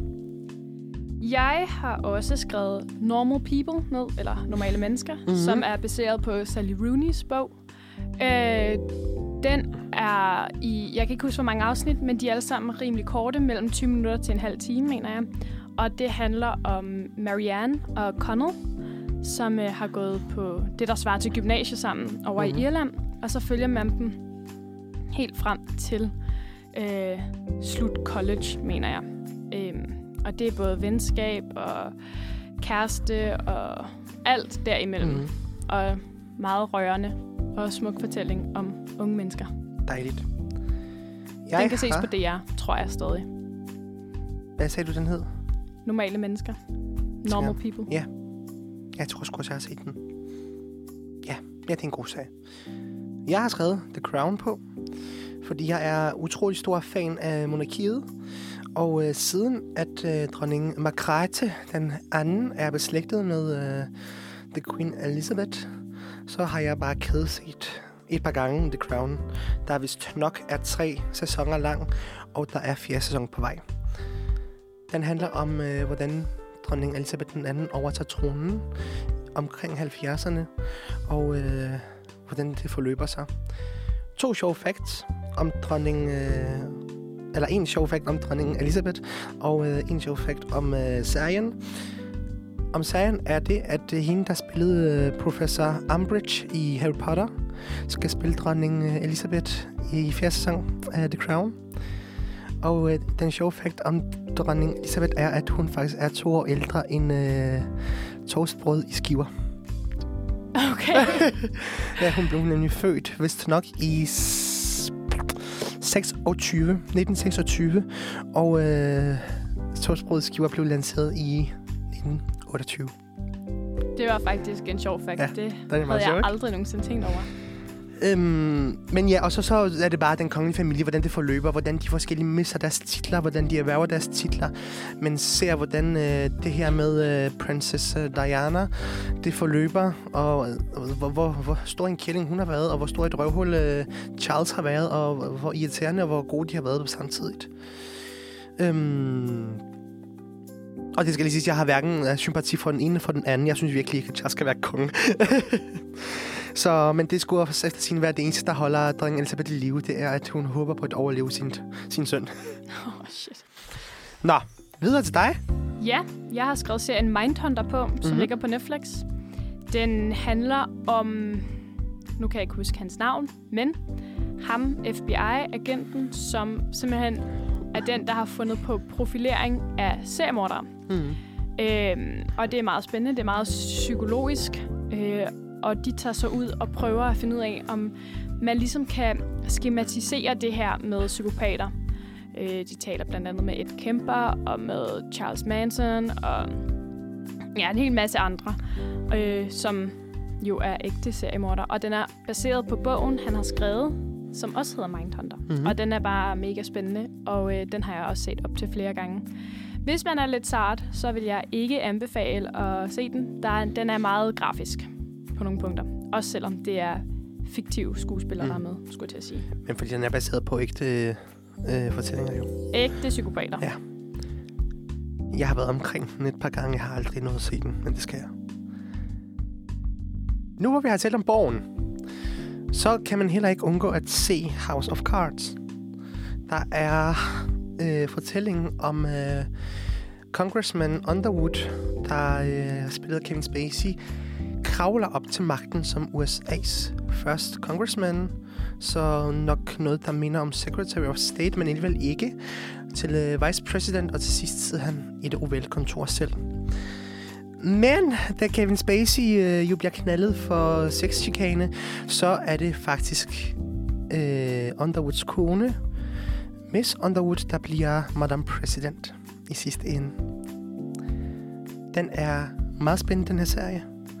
Jeg har også skrevet Normal People ned, eller Normale Mennesker, Mhm. mm-hmm. som er baseret på Sally Rooney's bog. Øh, den er i, jeg kan ikke huske, hvor mange afsnit, men de er alle sammen rimelig korte, mellem tyve minutter til en halv time, mener jeg. Og det handler om Marianne og Connell, som øh, har gået på det, der svarer til gymnasiet sammen over mm-hmm. i Irland. Og så følger man dem helt frem til øh, slut college, mener jeg. Øh, Og det er både venskab og kæreste og alt derimellem. Mhm. Mm. Og meget rørende og smuk fortælling om unge mennesker. Dejligt. Jeg den kan ses på D R, tror jeg stadig. Hvad sagde du, den hed? Normale mennesker. Normal Ja. people. Ja. Jeg tror sgu også, jeg har set den. Ja, ja, det er en god sag. Jeg har skrevet The Crown på, fordi jeg er utrolig stor fan af monarkiet. Og øh, siden at øh, dronning Margrethe den anden er beslægtet med øh, The Queen Elizabeth, så har jeg bare kædeset et par gange The Crown. Der vist nok er tre sæsoner lang, og der er fjerde sæson på vej. Den handler om, øh, hvordan dronning Elizabeth den anden overtager tronen omkring halvfjerdserne, og øh, hvordan det forløber sig. To sjove facts om dronning... Øh, eller en sjov fact om dronning Elizabeth, og øh, en sjov fact om øh, serien. Om serien er det, at det er hende, der spillede øh, professor Umbridge i Harry Potter, skal spille dronning øh, Elizabeth i fjerde sæson af The Crown. Og øh, den sjove fact om dronning Elizabeth er, at hun faktisk er to år ældre end øh, toastbrød i skiver. Okay. Ja, hun blev nemlig født, vist nok, i seksogtyve, nitten seksogtyve, og øh, toastbrødsskiver blev lanceret i nitten otteogtyve. Det var faktisk en sjov fact. Ja, det det er havde meget jeg sjovt. aldrig nogensinde tænkt over. Øhm, men ja, og så, så er det bare den kongelige familie, hvordan det forløber, hvordan de forskellige mister deres titler, hvordan de erhverver deres titler. Men ser, hvordan øh, det her med øh, Princess Diana, det forløber, og øh, hvor, hvor, hvor stor en kælling hun har været, og hvor stor et røvhul øh, Charles har været, og hvor irriterende og hvor gode de har været på samtidigt. Øhm, og det skal lige sige, at jeg har hverken sympati for den ene eller for den anden. Jeg synes virkelig ikke, at Charles skal være konge. Så, men det skulle efter sin være det eneste, der holder dronning Elizabeth i live, det er, at hun håber på at overleve sin, sin søn. Åh, oh, shit. Nå, videre til dig. Ja, jeg har skrevet serien Mindhunter på, som Mhm. ligger på Netflix. Den handler om... Nu kan jeg ikke huske hans navn, men ham, F B I-agenten, som simpelthen er den, der har fundet på profilering af seriemordere. Mm. Øhm, og det er meget spændende, det er meget psykologisk, øh, og de tager så ud og prøver at finde ud af, om man ligesom kan skematisere det her med psykopater. Øh, de taler blandt andet med Ed Kemper og med Charles Manson og ja, en hel masse andre, øh, som jo er ægte seriemordere. Og den er baseret på bogen, han har skrevet, som også hedder Mindhunter. Mm-hmm. Og den er bare mega spændende, og øh, den har jeg også set op til flere gange. Hvis man er lidt sart, så vil jeg ikke anbefale at se den. Der er, den er meget grafisk på nogle punkter. Også selvom det er fiktive skuespillere, mm. der er med, skulle jeg til at sige. Men fordi den er baseret på ægte øh, fortællinger jo. Ægte psykopater. Ja. Jeg har været omkring den et par gange. Jeg har aldrig nået at se den, men det skal jeg. Nu hvor vi har talt om Borgen, så kan man heller ikke undgå at se House of Cards. Der er øh, fortællingen om øh, Congressman Underwood, der øh, spillede Kevin Spacey, kravler op til magten som U S A's first congressman. Så nok noget, der minder om Secretary of State, men alligevel ikke. Til øh, vice president, og til sidst sidder han i det ovale kontor selv. Men da Kevin Spacey øh, jo bliver knaldet for sexchikane, så er det faktisk øh, Underwoods kone, Miss Underwood, der bliver Madame President i sidste ende. Den er meget spændende, den her serie.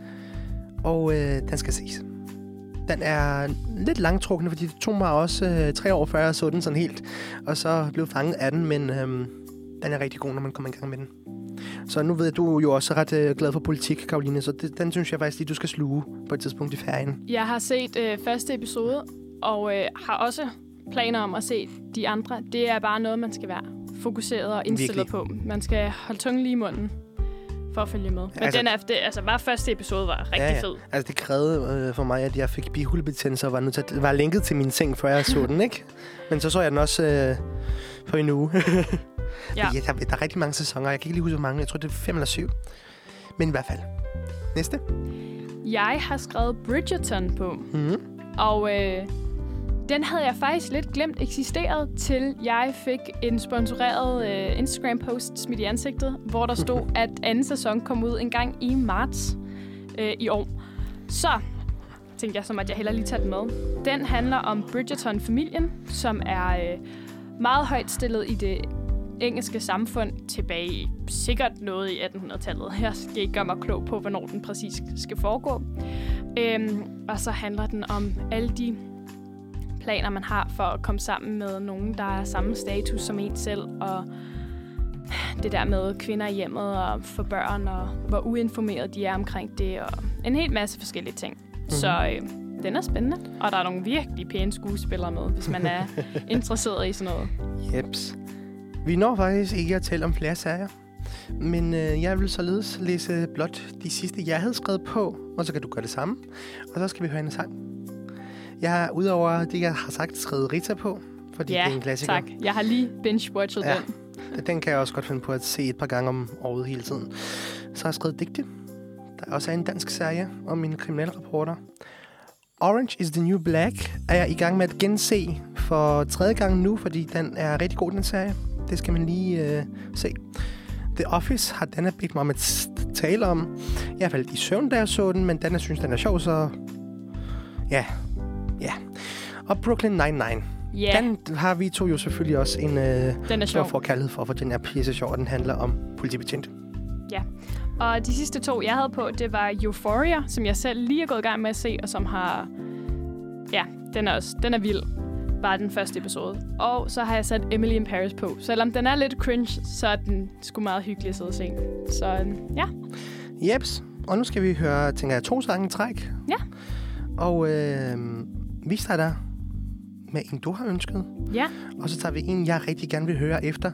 Og øh, den skal ses. Den er lidt langtrukkende, fordi det tog mig også øh, tre år før jeg så den sådan helt. Og så blev fanget af den, men øh, den er rigtig god, når man kommer i gang med den. Så nu ved jeg, du er jo også ret øh, glad for politik, Karoline, så det, den synes jeg faktisk lige, du skal sluge på et tidspunkt i ferien. Jeg har set øh, første episode, og øh, har også planer om at se de andre. Det er bare noget, man skal være fokuseret og indstillet Virkelig. på. Man skal holde tungen lige i munden for at følge med. Men altså, den er, det, altså, bare første episode var rigtig ja, ja. fed. Altså, det krævede øh, for mig, at jeg fik bihulebetændelse og var, nødt til at, var linket til min seng, før jeg så den, ikke? Men så så jeg den også øh, for en uge. Ja. Ja, der, der er rigtig mange sæsoner. Jeg kan ikke lige huske, hvor mange. Jeg tror, det er fem eller syv. Men i hvert fald. Næste. Jeg har skrevet Bridgerton på. Mm-hmm. Og øh, den havde jeg faktisk lidt glemt eksisteret, til jeg fik en sponsoreret øh, Instagram-post smidt i ansigtet, hvor der stod, at anden sæson kom ud en gang i marts øh, i år. Så tænkte jeg som, at jeg hellere lige tager den med. Den handler om Bridgerton-familien, som er øh, meget højt stillet i det engelske samfund tilbage i sikkert noget i attenhundredetallet. Jeg skal ikke gøre mig klog på, hvornår den præcis skal foregå. Øhm, og så handler den om alle de planer, man har for at komme sammen med nogen, der er samme status som en selv, og det der med kvinder i hjemmet og for børn, og hvor uinformeret de er omkring det, og en hel masse forskellige ting. Mm-hmm. Så øh, den er spændende, og der er nogle virkelig pæne skuespillere med, hvis man er interesseret i sådan noget. Jeps. Vi når faktisk ikke at tale om flere serier, men øh, jeg vil således læse blot de sidste, jeg havde skrevet på, og så kan du gøre det samme, og så skal vi høre en sang. Jeg har udover det, jeg har sagt, skrevet Rita på, fordi ja, det er en klassiker. Tak. Jeg har lige binge-watchet ja, den. Den kan jeg også godt finde på at se et par gange om året hele tiden. Så har jeg skrevet Digte. Der også er en dansk serie om min kriminalreporter. Orange is the New Black er jeg i gang med at gense for tredje gang nu, fordi den er rigtig god, den serie. Det skal man lige øh, se. The Office har Dana bedt mig om at tale om. Jeg faldt i søvn, da jeg så den, men Dana synes, den er sjov, så ja. Ja. Og Brooklyn Nine-Nine. Yeah. Den har vi to jo selvfølgelig også en øh, stor forkærlighed for, for den er pisse sjov, og den handler om politibetjent. Ja. Og de sidste to, jeg havde på, det var Euphoria, som jeg selv lige er gået i gang med at se, og som har... Ja, den er også den er vild. Bare den første episode. Og så har jeg sat Emily in Paris på. Selvom den er lidt cringe, så er den sgu meget hyggelig at sidde og se. Så ja. Jeps. Og nu skal vi høre, tænker jeg, to sange i træk. Ja. Og øh, vi starter med en, du har ønsket. Ja. Og så tager vi en, jeg rigtig gerne vil høre efter,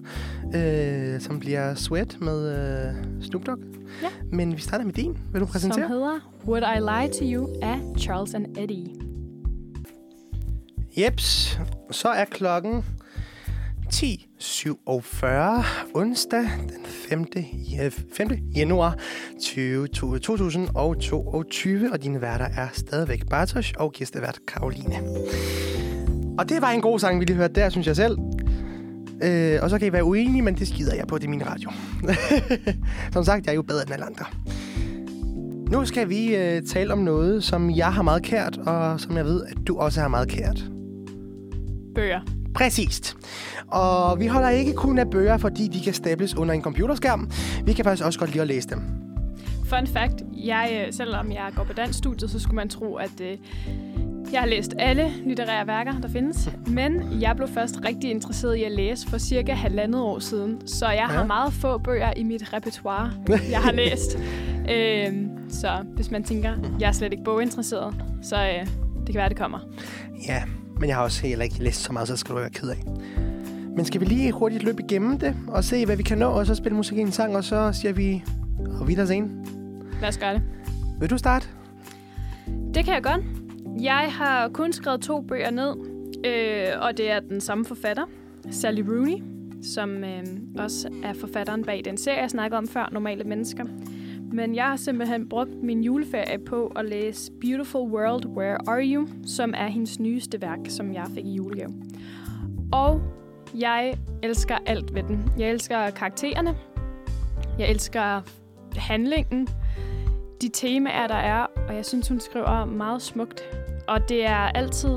øh, som bliver Sweat med øh, Snoop Dogg. Ja. Men vi starter med din. Vil du præsentere? Som hedder Would I Lie to You af Charles and Eddie. Jeps. Så er klokken ti syvogfyrre onsdag den femte januar to tusind toogtyve, og dine værter er stadigvæk Bartosz og gæstevært Karoline. Og det var en god sang, vi lige hørte der, synes jeg selv. Øh, og så kan I være uenige, men det skider jeg på, det er min radio. Som sagt, jeg er jo bedre end alle andre. Nu skal vi øh, tale om noget, som jeg har meget kært, og som jeg ved, at du også har meget kært. Bøger. Præcist. Og vi holder ikke kun af bøger, fordi de kan stables under en computerskærm. Vi kan faktisk også godt lide at læse dem. Fun fact. Jeg, selvom jeg går på dansk studie, så skulle man tro, at øh, jeg har læst alle litterære værker, der findes. Men jeg blev først rigtig interesseret i at læse for cirka halvandet år siden. Så jeg ja. har meget få bøger i mit repertoire, jeg har læst. øh, så hvis man tænker, jeg er slet ikke boginteresseret, så øh, det kan være, det kommer. Ja, men jeg har også heller ikke læst så meget, så skal du være ked af. Men skal vi lige hurtigt løbe igennem det, og se, hvad vi kan nå, og så spille musik i en sang, og så siger vi, og vi der sen. Lad os gøre det. Vil du starte? Det kan jeg godt. Jeg har kun skrevet to bøger ned, øh, og det er den samme forfatter, Sally Rooney, som øh, også er forfatteren bag den serie, jeg snakkede om før, Normale Mennesker. Men jeg har simpelthen brugt min juleferie på at læse Beautiful World, Where Are You?, som er hendes nyeste værk, som jeg fik i julegave. Og jeg elsker alt ved den. Jeg elsker karaktererne. Jeg elsker handlingen. De temaer, der er, og jeg synes, hun skriver meget smukt. Og det er altid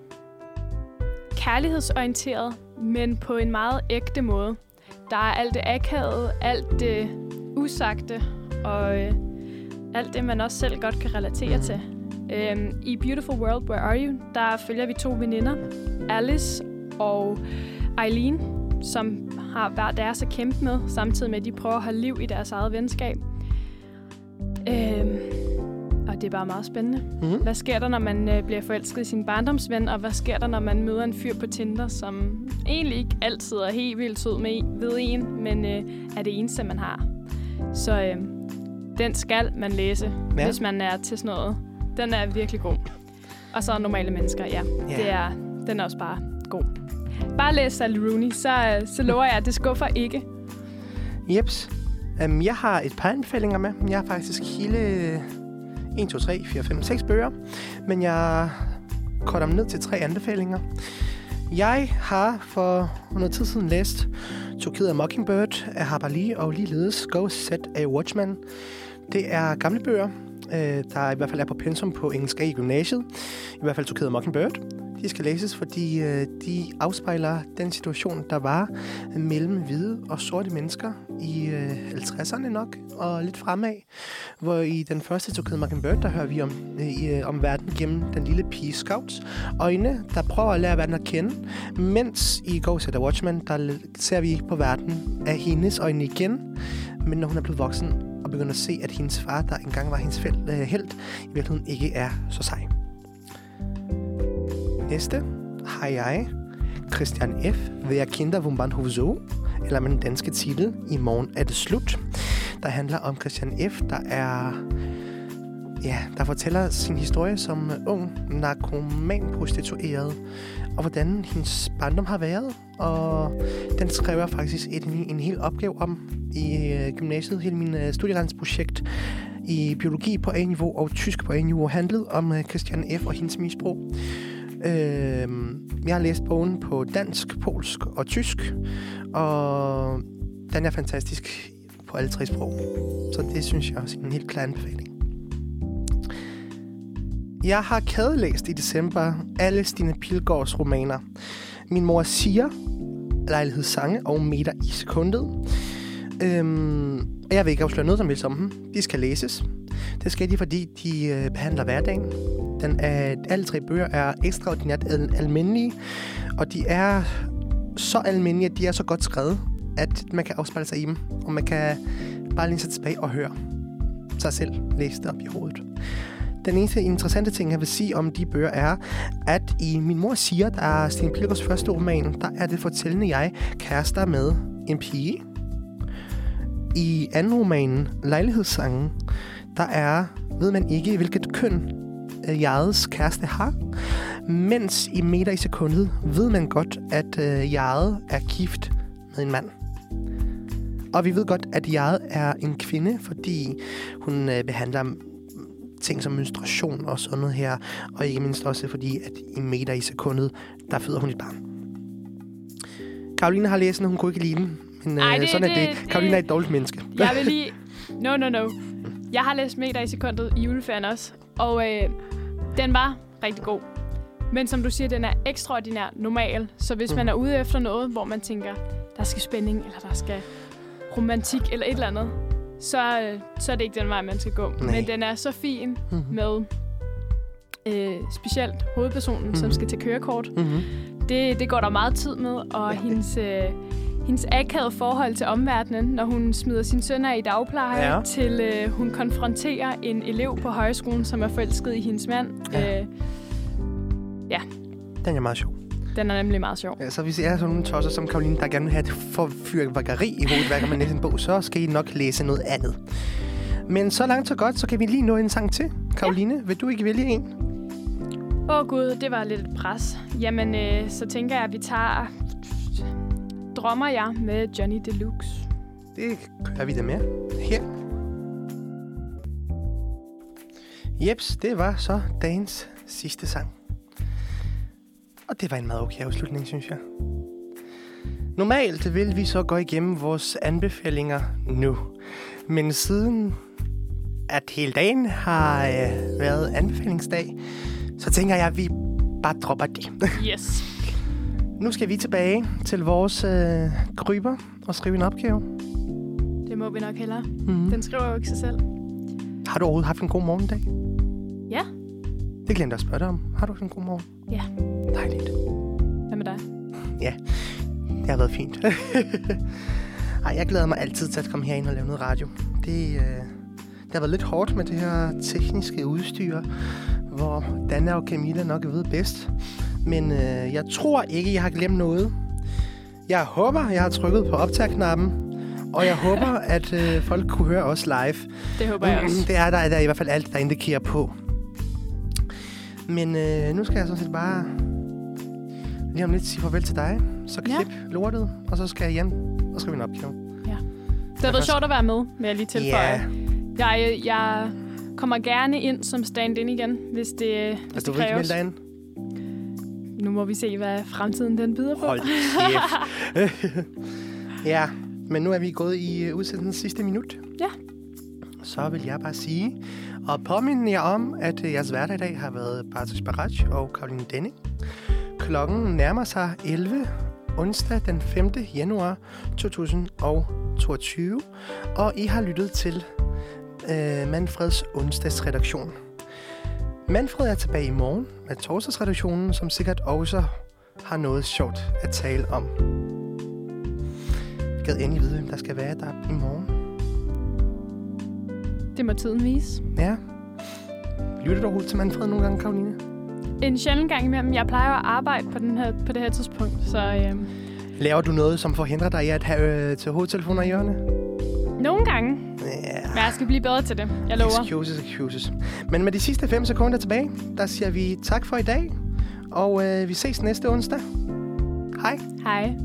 kærlighedsorienteret, men på en meget ægte måde. Der er alt det akavede, alt det usagte, og øh, alt det, man også selv godt kan relatere til. Øhm, I Beautiful World, Where Are You?, der følger vi to veninder, Alice og Eileen, som har hver deres at kæmpe med, samtidig med, at de prøver at holde liv i deres eget venskab. Øhm, og det er bare meget spændende. Mm-hmm. Hvad sker der, når man øh, bliver forelsket i sin barndomsven, og hvad sker der, når man møder en fyr på Tinder, som egentlig ikke altid er helt vildt sød med ved en, men øh, er det eneste, man har. Så øh, den skal man læse, ja. hvis man er til sådan noget. Den er virkelig god. Og så Normale Mennesker, ja. Yeah. Det er, den er også bare god. Bare læs Sally Rooney, så, så lover jeg, at det skuffer ikke. Jeps. Um, jeg har et par anbefalinger med. Jeg har faktisk hele en, to, tre, fire, fem, seks bøger. Men jeg korter dem ned til tre anbefalinger. Jeg har for noget tid siden læst To Kill a Mockingbird af Harper Lee og ligeledes Go Set a Watchman. Det er gamle bøger, der i hvert fald er på pensum på engelsk i gymnasiet. I hvert fald To Kill a Mockingbird. De skal læses, fordi øh, de afspejler den situation, der var mellem hvide og sorte mennesker i øh, halvtredserne nok, og lidt fremad. Hvor i den første To Kill a Mockingbird, der hører vi om, øh, om verden gennem den lille pige Scouts øjne, der prøver at lære verden at kende. Mens i Go Set a Watchman, der ser vi på verden af hendes øjne igen. Men når hun er blevet voksen og begynder at se, at hendes far, der engang var hendes fæld, øh, helt, i virkeligheden ikke er så sej. Næste har jeg Christian F. Wer Kinder vom Bahnhof so, eller med den danske titel I morgen er det slut, der handler om Christian F., der er ja, der fortæller sin historie som ung narkoman-prostitueret, og hvordan hendes barndom har været, og den skrev jeg faktisk et, en hel opgave om i øh, gymnasiet. Hele min øh, studielandsprojekt i biologi på A-niveau og tysk på A-niveau handlede om øh, Christian F. og hendes misbrug. Øh, jeg har læst bogen på dansk, polsk og tysk, og den er fantastisk på alle tre sprog. Så det synes jeg også er en helt klar anbefaling. Jeg har kædelæst i december alle Stine Pilgaards romaner. Min mor siger, Lejlighedssange og Meter i sekundet. Øhm, jeg vil ikke afsløre noget som helst om dem. De skal læses. Det skal de, fordi de øh, behandler hverdagen. Den er, alle tre bøger er ekstraordinært almindelige, og de er så almindelige, at de er så godt skrevet, at man kan afspejle sig i dem, og man kan bare læne sig tilbage og høre sig selv læse det op i hovedet. Den eneste interessante ting, jeg vil sige om de bøger, er, at i Min mor siger, der er Stine Pilgaards første roman, der er det fortællende jeg kærester med en pige. I anden romanen, Lejlighedssangen, der er, ved man ikke, hvilket køn jegets kæreste har, mens i Meter i sekundet ved man godt, at øh, jeget er gift med en mand. Og vi ved godt, at jeget er en kvinde, fordi hun øh, behandler ting som menstruation og sådan noget her. Og ikke mindst også fordi, at i meter i sekundet, der føder hun et barn. Karoline har læst den, hun kunne ikke lide den. Men Ej, øh, det, sådan er det. det. Karoline er et dårligt menneske. Jeg vil lige... No, no, no. Jeg har læst meter i sekundet i juleferien også. Og øh, den var rigtig god. Men som du siger, den er ekstraordinær normal. Så hvis mm. man er ude efter noget, hvor man tænker, der skal spænding, eller der skal romantik, eller et eller andet, så, øh, så er det ikke den vej, man skal gå. Nej. Men den er så fin Mm-hmm. med øh, specielt hovedpersonen, mm-hmm. som skal til kørekort. Mm-hmm. Det, det går der meget tid med, og hendes, øh, hendes akavede forhold til omverdenen, når hun smider sin søn af i dagpleje, Ja. til øh, hun konfronterer en elev på højskolen, som er forelsket i hendes mand. Ja. Øh, Den er meget sjov. den er nemlig meget sjov. Ja, så hvis I er sådan nogle tosser som Karoline, der gerne vil have et for fyrværkeri i hovedet, hver gang man læser en bog, så skal I nok læse noget andet. Men så langt så godt, så kan vi lige nå en sang til. Karoline, ja. Vil du ikke vælge en? Åh oh, gud, det var lidt et pres. Jamen, øh, så tænker jeg, at vi tager Drømmer jeg med Johnny Deluxe. Det kører vi da med her. Jeps, det var så dagens sidste sang. Og det var en meget okay afslutning, synes jeg. Normalt vil vi så gå igennem vores anbefalinger nu. Men siden at hele dagen har øh, været anbefalingsdag, så tænker jeg, at vi bare dropper det. Yes. Nu skal vi tilbage til vores øh, kryber og skrive en opgave. Det må vi nok hellere. Mm-hmm. Den skriver jo ikke sig selv. Har du overhovedet haft en god morgendag? Ja. Det glemte jeg at spørge dig om. Har du haft en god morgen? Ja. Dejligt. Hvad med dig? Ja, det har været fint. Ej, jeg glæder mig altid til at komme herind og lave noget radio. Det, øh, det har været lidt hårdt med det her tekniske udstyr, hvor Danna og Camilla nok ved bedst. Men øh, jeg tror ikke, jeg har glemt noget. Jeg håber, jeg har trykket på optag-knappen, og jeg håber, at øh, folk kunne høre os live. Det håber jeg også. Det er der, der er i hvert fald alt, der indikerer på. Men øh, nu skal jeg sådan set bare lige om lidt sige farvel til dig. Så klip ja. lortet, og så skal jeg hjem og skrive en opgave. Ja. Det har været sjovt at være med, vil jeg lige tilføje. Ja. Jeg, jeg kommer gerne ind som stand-in igen, hvis det, hvis Altså, det du vil ikke kræves. melde dig ind? Nu må vi se, hvad fremtiden den byder på. Hold kæft. Ja, men nu er vi gået i uh, udsendelsens sidste minut. Ja. Så vil jeg bare sige, og påminde jer om, at uh, jeres hverdag i dag har været Bartosz Baracz og Caroline Denning. Klokken nærmer sig elleve, onsdag den femte januar to tusind og toogtyve, og I har lyttet til uh, Manfreds onsdagsredaktion. Manfred er tilbage i morgen med torsdagsredaktionen, som sikkert også har noget sjovt at tale om. Jeg gad endelig vide, hvem der skal være der i morgen. Det må tiden vise. Ja. Lytter du overhovedet til Manfred nogle gange, Karoline? En sjældent gang imellem. Jeg plejer at arbejde på, den her, på det her tidspunkt, så øh, Laver du noget, som forhindrer dig i at have øh, til hovedtelefoner i ørerne? nogle gange. Ja. Men jeg skal blive bedre til det. Jeg lover. Excuses, excuses. Men med de sidste fem sekunder tilbage, der siger vi tak for i dag. Og øh, vi ses næste onsdag. Hej. Hej.